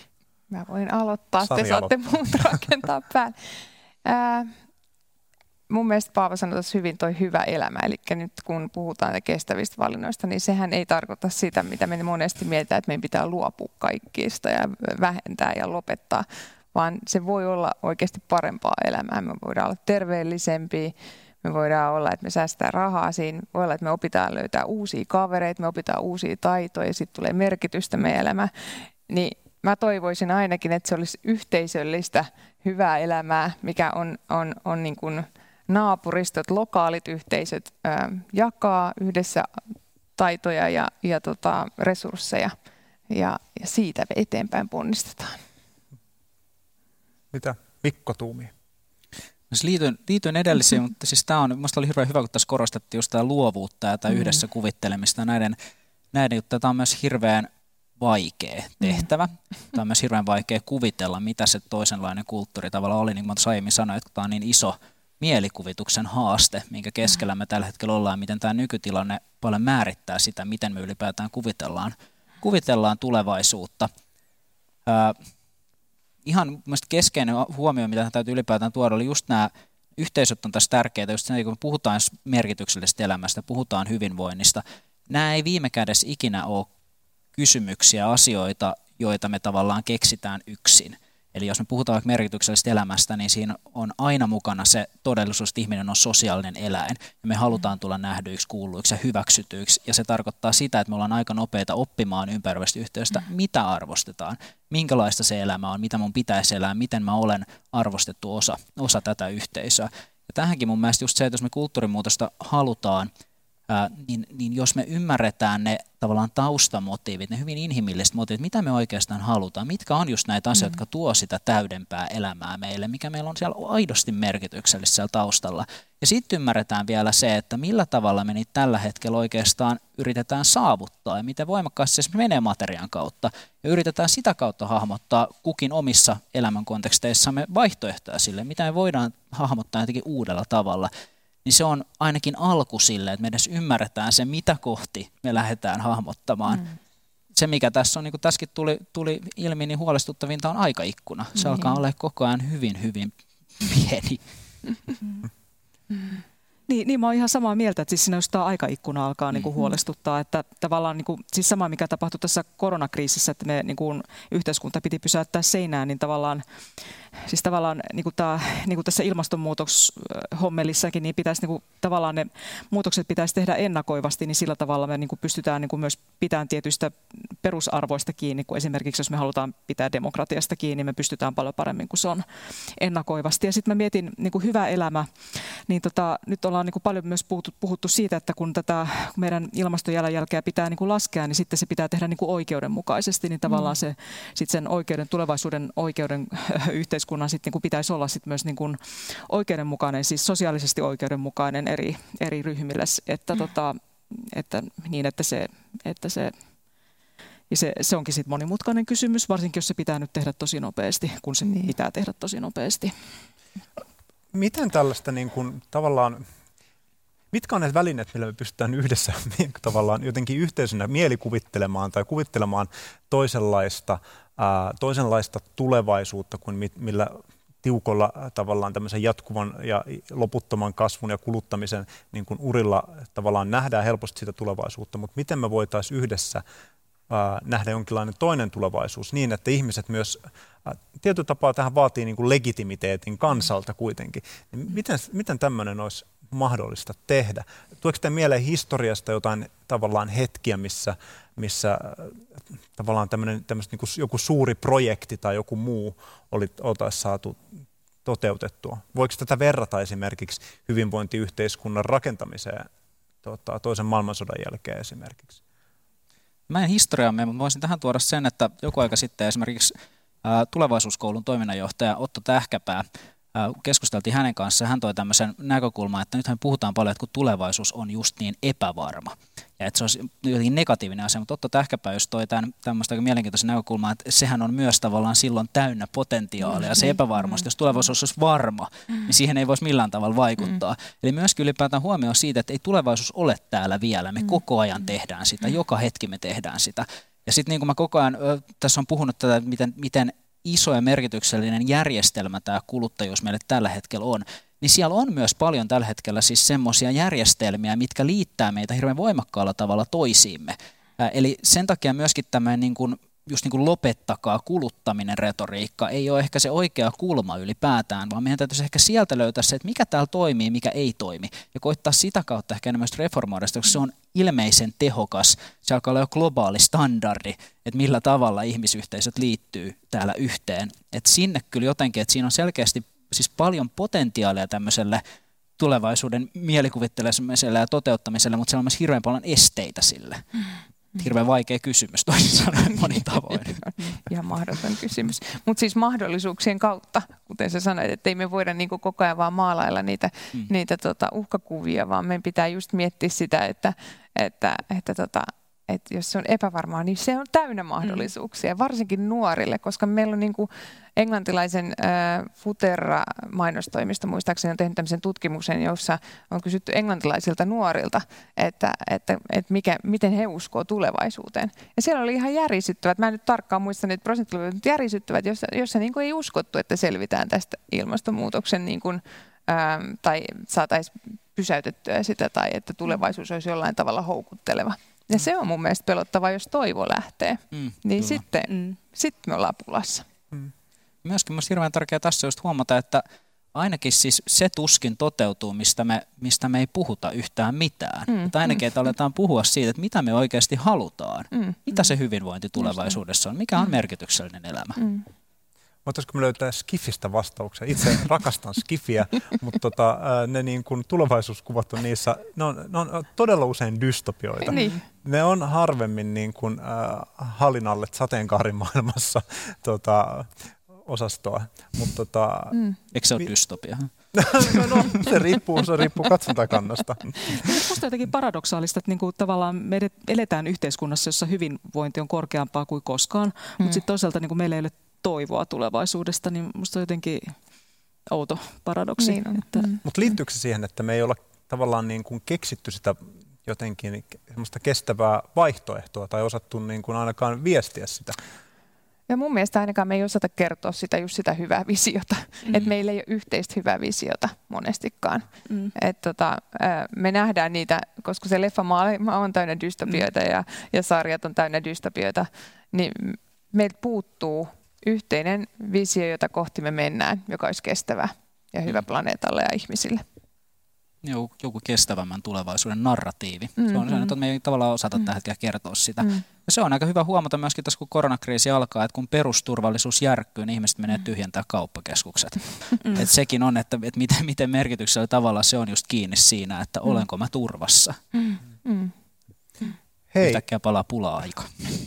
D: Mä voin aloittaa,
B: Sari
D: te saatte muut rakentaa päälle. mun mielestä Paavo sanoi tässä hyvin toi hyvä elämä, eli nyt kun puhutaan kestävistä valinnoista, niin sehän ei tarkoita sitä, mitä me monesti mietitään, että meidän pitää luopua kaikista ja vähentää ja lopettaa, vaan se voi olla oikeasti parempaa elämää. Me voidaan olla terveellisempiä, me voidaan olla, että me säästää rahaa siinä, voi olla, että me opitaan löytää uusia kavereita, me opitaan uusia taitoja ja sitten tulee merkitystä meidän elämään. Niin mä toivoisin ainakin, että se olisi yhteisöllistä hyvää elämää, mikä on niin kuin naapuristot, lokaalit yhteisöt jakaa yhdessä taitoja ja resursseja ja siitä eteenpäin ponnistetaan.
B: Mitä Mikko tuumii?
A: Liityin edellisiin, mutta siis tämä on, minusta oli hirveän hyvä, kun tässä korostettiin just tämä luovuutta ja tämä yhdessä kuvittelemista. Näiden juttuja, tämä on myös hirveän vaikea tehtävä. Tämä on myös hirveän vaikea kuvitella, mitä se toisenlainen kulttuuri tavallaan oli. Niin kuin mä aiemmin sanoin, että tämä on niin iso mielikuvituksen haaste, minkä keskellä me tällä hetkellä ollaan, miten tämä nykytilanne paljon määrittää sitä, miten me ylipäätään kuvitellaan tulevaisuutta. Ihan mielestäni keskeinen huomio, mitä täytyy ylipäätään tuoda, oli just nämä yhteisöt on tässä tärkeitä, just sen, kun puhutaan merkityksellisestä elämästä, puhutaan hyvinvoinnista. Nämä ei viime kädessä ikinä ole kysymyksiä, asioita, joita me tavallaan keksitään yksin. Eli jos me puhutaan vaikka merkityksellisestä elämästä, niin siinä on aina mukana se todellisuus, että ihminen on sosiaalinen eläin. Ja me halutaan tulla nähdyiksi, kuulluiksi ja hyväksytyiksi. Ja se tarkoittaa sitä, että me ollaan aika nopeita oppimaan ympäröivästä yhteisöstä, mitä arvostetaan, minkälaista se elämä on, mitä mun pitäisi elää, miten mä olen arvostettu osa tätä yhteisöä. Ja tähänkin mun mielestä just se, että jos me kulttuurimuutosta halutaan, niin jos me ymmärretään ne tavallaan taustamotiivit, ne hyvin inhimilliset motiivit, mitä me oikeastaan halutaan, mitkä on just näitä asioita, jotka tuo sitä täydempää elämää meille, mikä meillä on siellä aidosti merkityksellistä siellä taustalla. Ja sitten ymmärretään vielä se, että millä tavalla me niitä tällä hetkellä oikeastaan yritetään saavuttaa ja miten voimakkaasti se menee materiaan kautta. Ja yritetään sitä kautta hahmottaa kukin omissa elämän konteksteissamme vaihtoehtoja sille, mitä me voidaan hahmottaa jotenkin uudella tavalla. Niin se on ainakin alku sille, että me edes ymmärretään se, mitä kohti me lähdetään hahmottamaan. Se, mikä tässä on, niin kuin tässäkin tuli ilmi, niin huolestuttavinta on aikaikkuna. Se alkaa olla koko ajan hyvin, hyvin pieni.
C: Niin, mä oon ihan samaa mieltä, että siis siinä just tämä aikaikkuna alkaa niin kuin huolestuttaa, että tavallaan niin kuin, siis sama mikä tapahtui tässä koronakriisissä, että me niin kuin, yhteiskunta piti pysäyttää seinään, niin tavallaan niin kuin tässä ilmastonmuutoshommelissakin, niin pitäisi niin kuin, tavallaan ne muutokset pitäisi tehdä ennakoivasti, niin sillä tavalla me niin kuin pystytään niin kuin myös pitämään tietyistä perusarvoista kiinni, kun esimerkiksi jos me halutaan pitää demokratiasta kiinni, me pystytään paljon paremmin kuin se on ennakoivasti. Ja sitten mä mietin niin kuin hyvä elämä, niin nyt ollaan niin kuin paljon myös puhuttu siitä, että kun tätä meidän ilmastojalanjälkeä pitää niin kuin laskea, niin sitten se pitää tehdä niin kuin oikeudenmukaisesti, niin tavallaan se sitten sen tulevaisuuden oikeuden yhteiskunnan sitten niin kuin pitäisi olla sitten myös niin kuin oikeudenmukainen, siis sosiaalisesti oikeudenmukainen eri ryhmille, että se onkin sitten monimutkainen kysymys, varsinkin jos se pitää nyt tehdä tosi nopeasti, kun se pitää tehdä tosi nopeasti.
B: Miten tällaista niin kuin, tavallaan, mitkä on ne välineet, millä me pystytään yhdessä tavallaan jotenkin yhteisönä mielikuvittelemaan tai kuvittelemaan toisenlaista tulevaisuutta kuin millä tiukolla tavallaan tämmöisen jatkuvan ja loputtoman kasvun ja kuluttamisen niin kuin urilla tavallaan nähdään helposti sitä tulevaisuutta, mutta miten me voitaisiin yhdessä nähdä jonkinlainen toinen tulevaisuus niin, että ihmiset myös tietyllä tapaa tähän vaatii niin kuin legitimiteetin kansalta kuitenkin. Miten tämmöinen olisi mahdollista tehdä? Tuoeko teidän mieleen historiasta jotain tavallaan hetkiä, missä tavallaan tämmöistä niin kuin joku suuri projekti tai joku muu oltaisiin saatu toteutettua? Voiko tätä verrata esimerkiksi hyvinvointiyhteiskunnan rakentamiseen toisen maailmansodan jälkeen esimerkiksi?
A: Mä en historiaamme, mutta voisin tähän tuoda sen, että joku aika sitten esimerkiksi tulevaisuuskoulun toiminnanjohtaja Otto Tähkäpää, keskusteltiin hänen kanssaan, hän toi tämmöisen näkökulman, että nythän puhutaan paljon, että kun tulevaisuus on just niin epävarma, ja että se olisi jotenkin negatiivinen asia, mutta Otto Tähkäpää just toi tämmöistä aika mielenkiintoisen näkökulmaa, että sehän on myös tavallaan silloin täynnä potentiaalia, ja se epävarmuus, jos tulevaisuus olisi varma, niin siihen ei voisi millään tavalla vaikuttaa. Eli myöskin ylipäätään huomioon siitä, että ei tulevaisuus ole täällä vielä, me koko ajan tehdään sitä, joka hetki me tehdään sitä. Ja sitten niin kuin mä koko ajan tässä on puhunut tätä, miten iso ja merkityksellinen järjestelmä tämä kuluttajuus meille tällä hetkellä on, niin siellä on myös paljon tällä hetkellä siis semmoisia järjestelmiä, mitkä liittää meitä hirveän voimakkaalla tavalla toisiimme. Eli sen takia myöskin tämmöinen niin kuin lopettakaa kuluttaminen retoriikka ei ole ehkä se oikea kulma ylipäätään, vaan meidän täytyisi ehkä sieltä löytää se, että mikä täällä toimii, mikä ei toimi. Ja koittaa sitä kautta ehkä enemmän reformoida sitä, koska se on ilmeisen tehokas. Se alkaa olla jo globaali standardi, että millä tavalla ihmisyhteisöt liittyy täällä yhteen. Että sinne kyllä jotenkin, että siinä on selkeästi siis paljon potentiaalia tämmöiselle tulevaisuuden mielikuvittelemiselle ja toteuttamiselle, mutta siellä on myös hirveän paljon esteitä sille. Hirveän vaikea kysymys toisin sanoen monin tavoin.
D: Ihan mahdoton kysymys. Mutta siis mahdollisuuksien kautta, kuten sä sanoit, että ei me voida niinku koko ajan vaan maalailla niitä uhkakuvia, vaan meidän pitää just miettiä sitä, että jos se on epävarmaa, niin se on täynnä mahdollisuuksia, varsinkin nuorille, koska meillä on niinku englantilaisen Futerra-mainostoimisto, muistaakseni on tehnyt tämmöisen tutkimuksen, jossa on kysytty englantilaisilta nuorilta, että miten he uskoo tulevaisuuteen. Ja siellä oli ihan järisyttävät, mä en nyt tarkkaan muista niitä prosenttilukuja, mutta järisyttävät, jossa niin kuin ei uskottu, että selvitään tästä ilmastonmuutoksen niin kuin, tai saataisiin pysäytettyä sitä tai että tulevaisuus olisi jollain tavalla houkutteleva. Ja se on mun mielestä pelottavaa, jos toivo lähtee. Niin sitten me ollaan pulassa.
A: Myöskin minusta hirveän tärkeää tässä just huomata, että ainakin siis se tuskin toteutuu, mistä me ei puhuta yhtään mitään. Että ainakin, että aletaan puhua siitä, että mitä me oikeasti halutaan. Mitä se hyvinvointi tulevaisuudessa on? Mikä on merkityksellinen elämä?
B: Voitaisiko me löytää Skifistä vastauksia? Itse rakastan Skifiä, mutta ne niin kuin tulevaisuuskuvat on niissä, ne on todella usein dystopioita. Niin. Ne on harvemmin niin kuin hallin alle sateenkaarimaailmassa osastoa.
A: Eikö se ole dystopia?
B: No, se riippuu katsontakannasta.
C: Minusta jotenkin paradoksaalista, että niinku tavallaan me eletään yhteiskunnassa, jossa hyvinvointi on korkeampaa kuin koskaan, mutta sitten toisaalta niinku meillä ei ole toivoa tulevaisuudesta, niin minusta on jotenkin outo paradoksi.
D: Niin
B: mutta liittyykö se siihen, että me ei olla tavallaan niin kuin keksitty sitä jotenkin semmoista kestävää vaihtoehtoa tai osattu niin kuin ainakaan viestiä sitä?
D: Ja mun mielestä ainakaan me ei osata kertoa sitä hyvää visiota. Että meillä ei ole yhteistä hyvää visiota monestikaan. Me nähdään niitä, koska se leffamaailma on täynnä dystopioita ja sarjat on täynnä dystopioita, niin meiltä puuttuu yhteinen visio, jota kohti me mennään, joka olisi kestävä ja hyvä planeetalle ja ihmisille.
A: Joku kestävämmän tulevaisuuden narratiivi. Se on se, että me ei tavallaan osata tällä hetkellä kertoa sitä. Ja se on aika hyvä huomata myöskin tässä, kun koronakriisi alkaa, että kun perusturvallisuus järkkyy, niin ihmiset menee tyhjentää kauppakeskukset. Et sekin on, että miten merkityksellä tavalla se on just kiinni siinä, että olenko mä turvassa.
B: Hei.
A: Yhtäkkiä palaa pula-aika.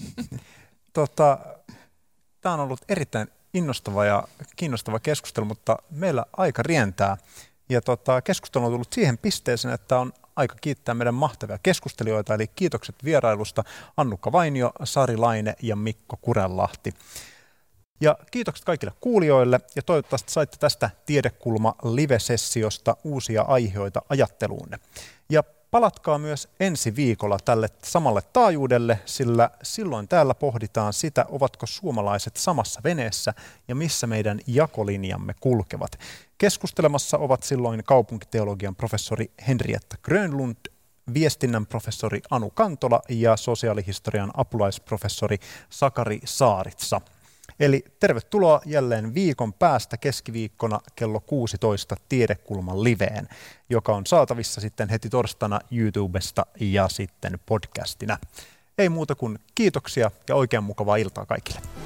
B: Tämä on ollut erittäin innostava ja kiinnostava keskustelu, mutta meillä aika rientää. Ja keskustelu on tullut siihen pisteeseen, että on aika kiittää meidän mahtavia keskustelijoita, eli kiitokset vierailusta Annukka Vainio, Sari Laine ja Mikko Kurelahti. Ja kiitokset kaikille kuulijoille ja toivottavasti saitte tästä Tiedekulma live-sessiosta uusia aiheita ajatteluunne. Ja palatkaa myös ensi viikolla tälle samalle taajuudelle, sillä silloin täällä pohditaan sitä, ovatko suomalaiset samassa veneessä ja missä meidän jakolinjamme kulkevat. Keskustelemassa ovat silloin kaupunkiteologian professori Henrietta Grönlund, viestinnän professori Anu Kantola ja sosiaalihistorian apulaisprofessori Sakari Saaritsa. Eli tervetuloa jälleen viikon päästä keskiviikkona kello 16 Tiedekulman liveen, joka on saatavissa sitten heti torstaina YouTubesta ja sitten podcastina. Ei muuta kuin kiitoksia ja oikein mukavaa iltaa kaikille.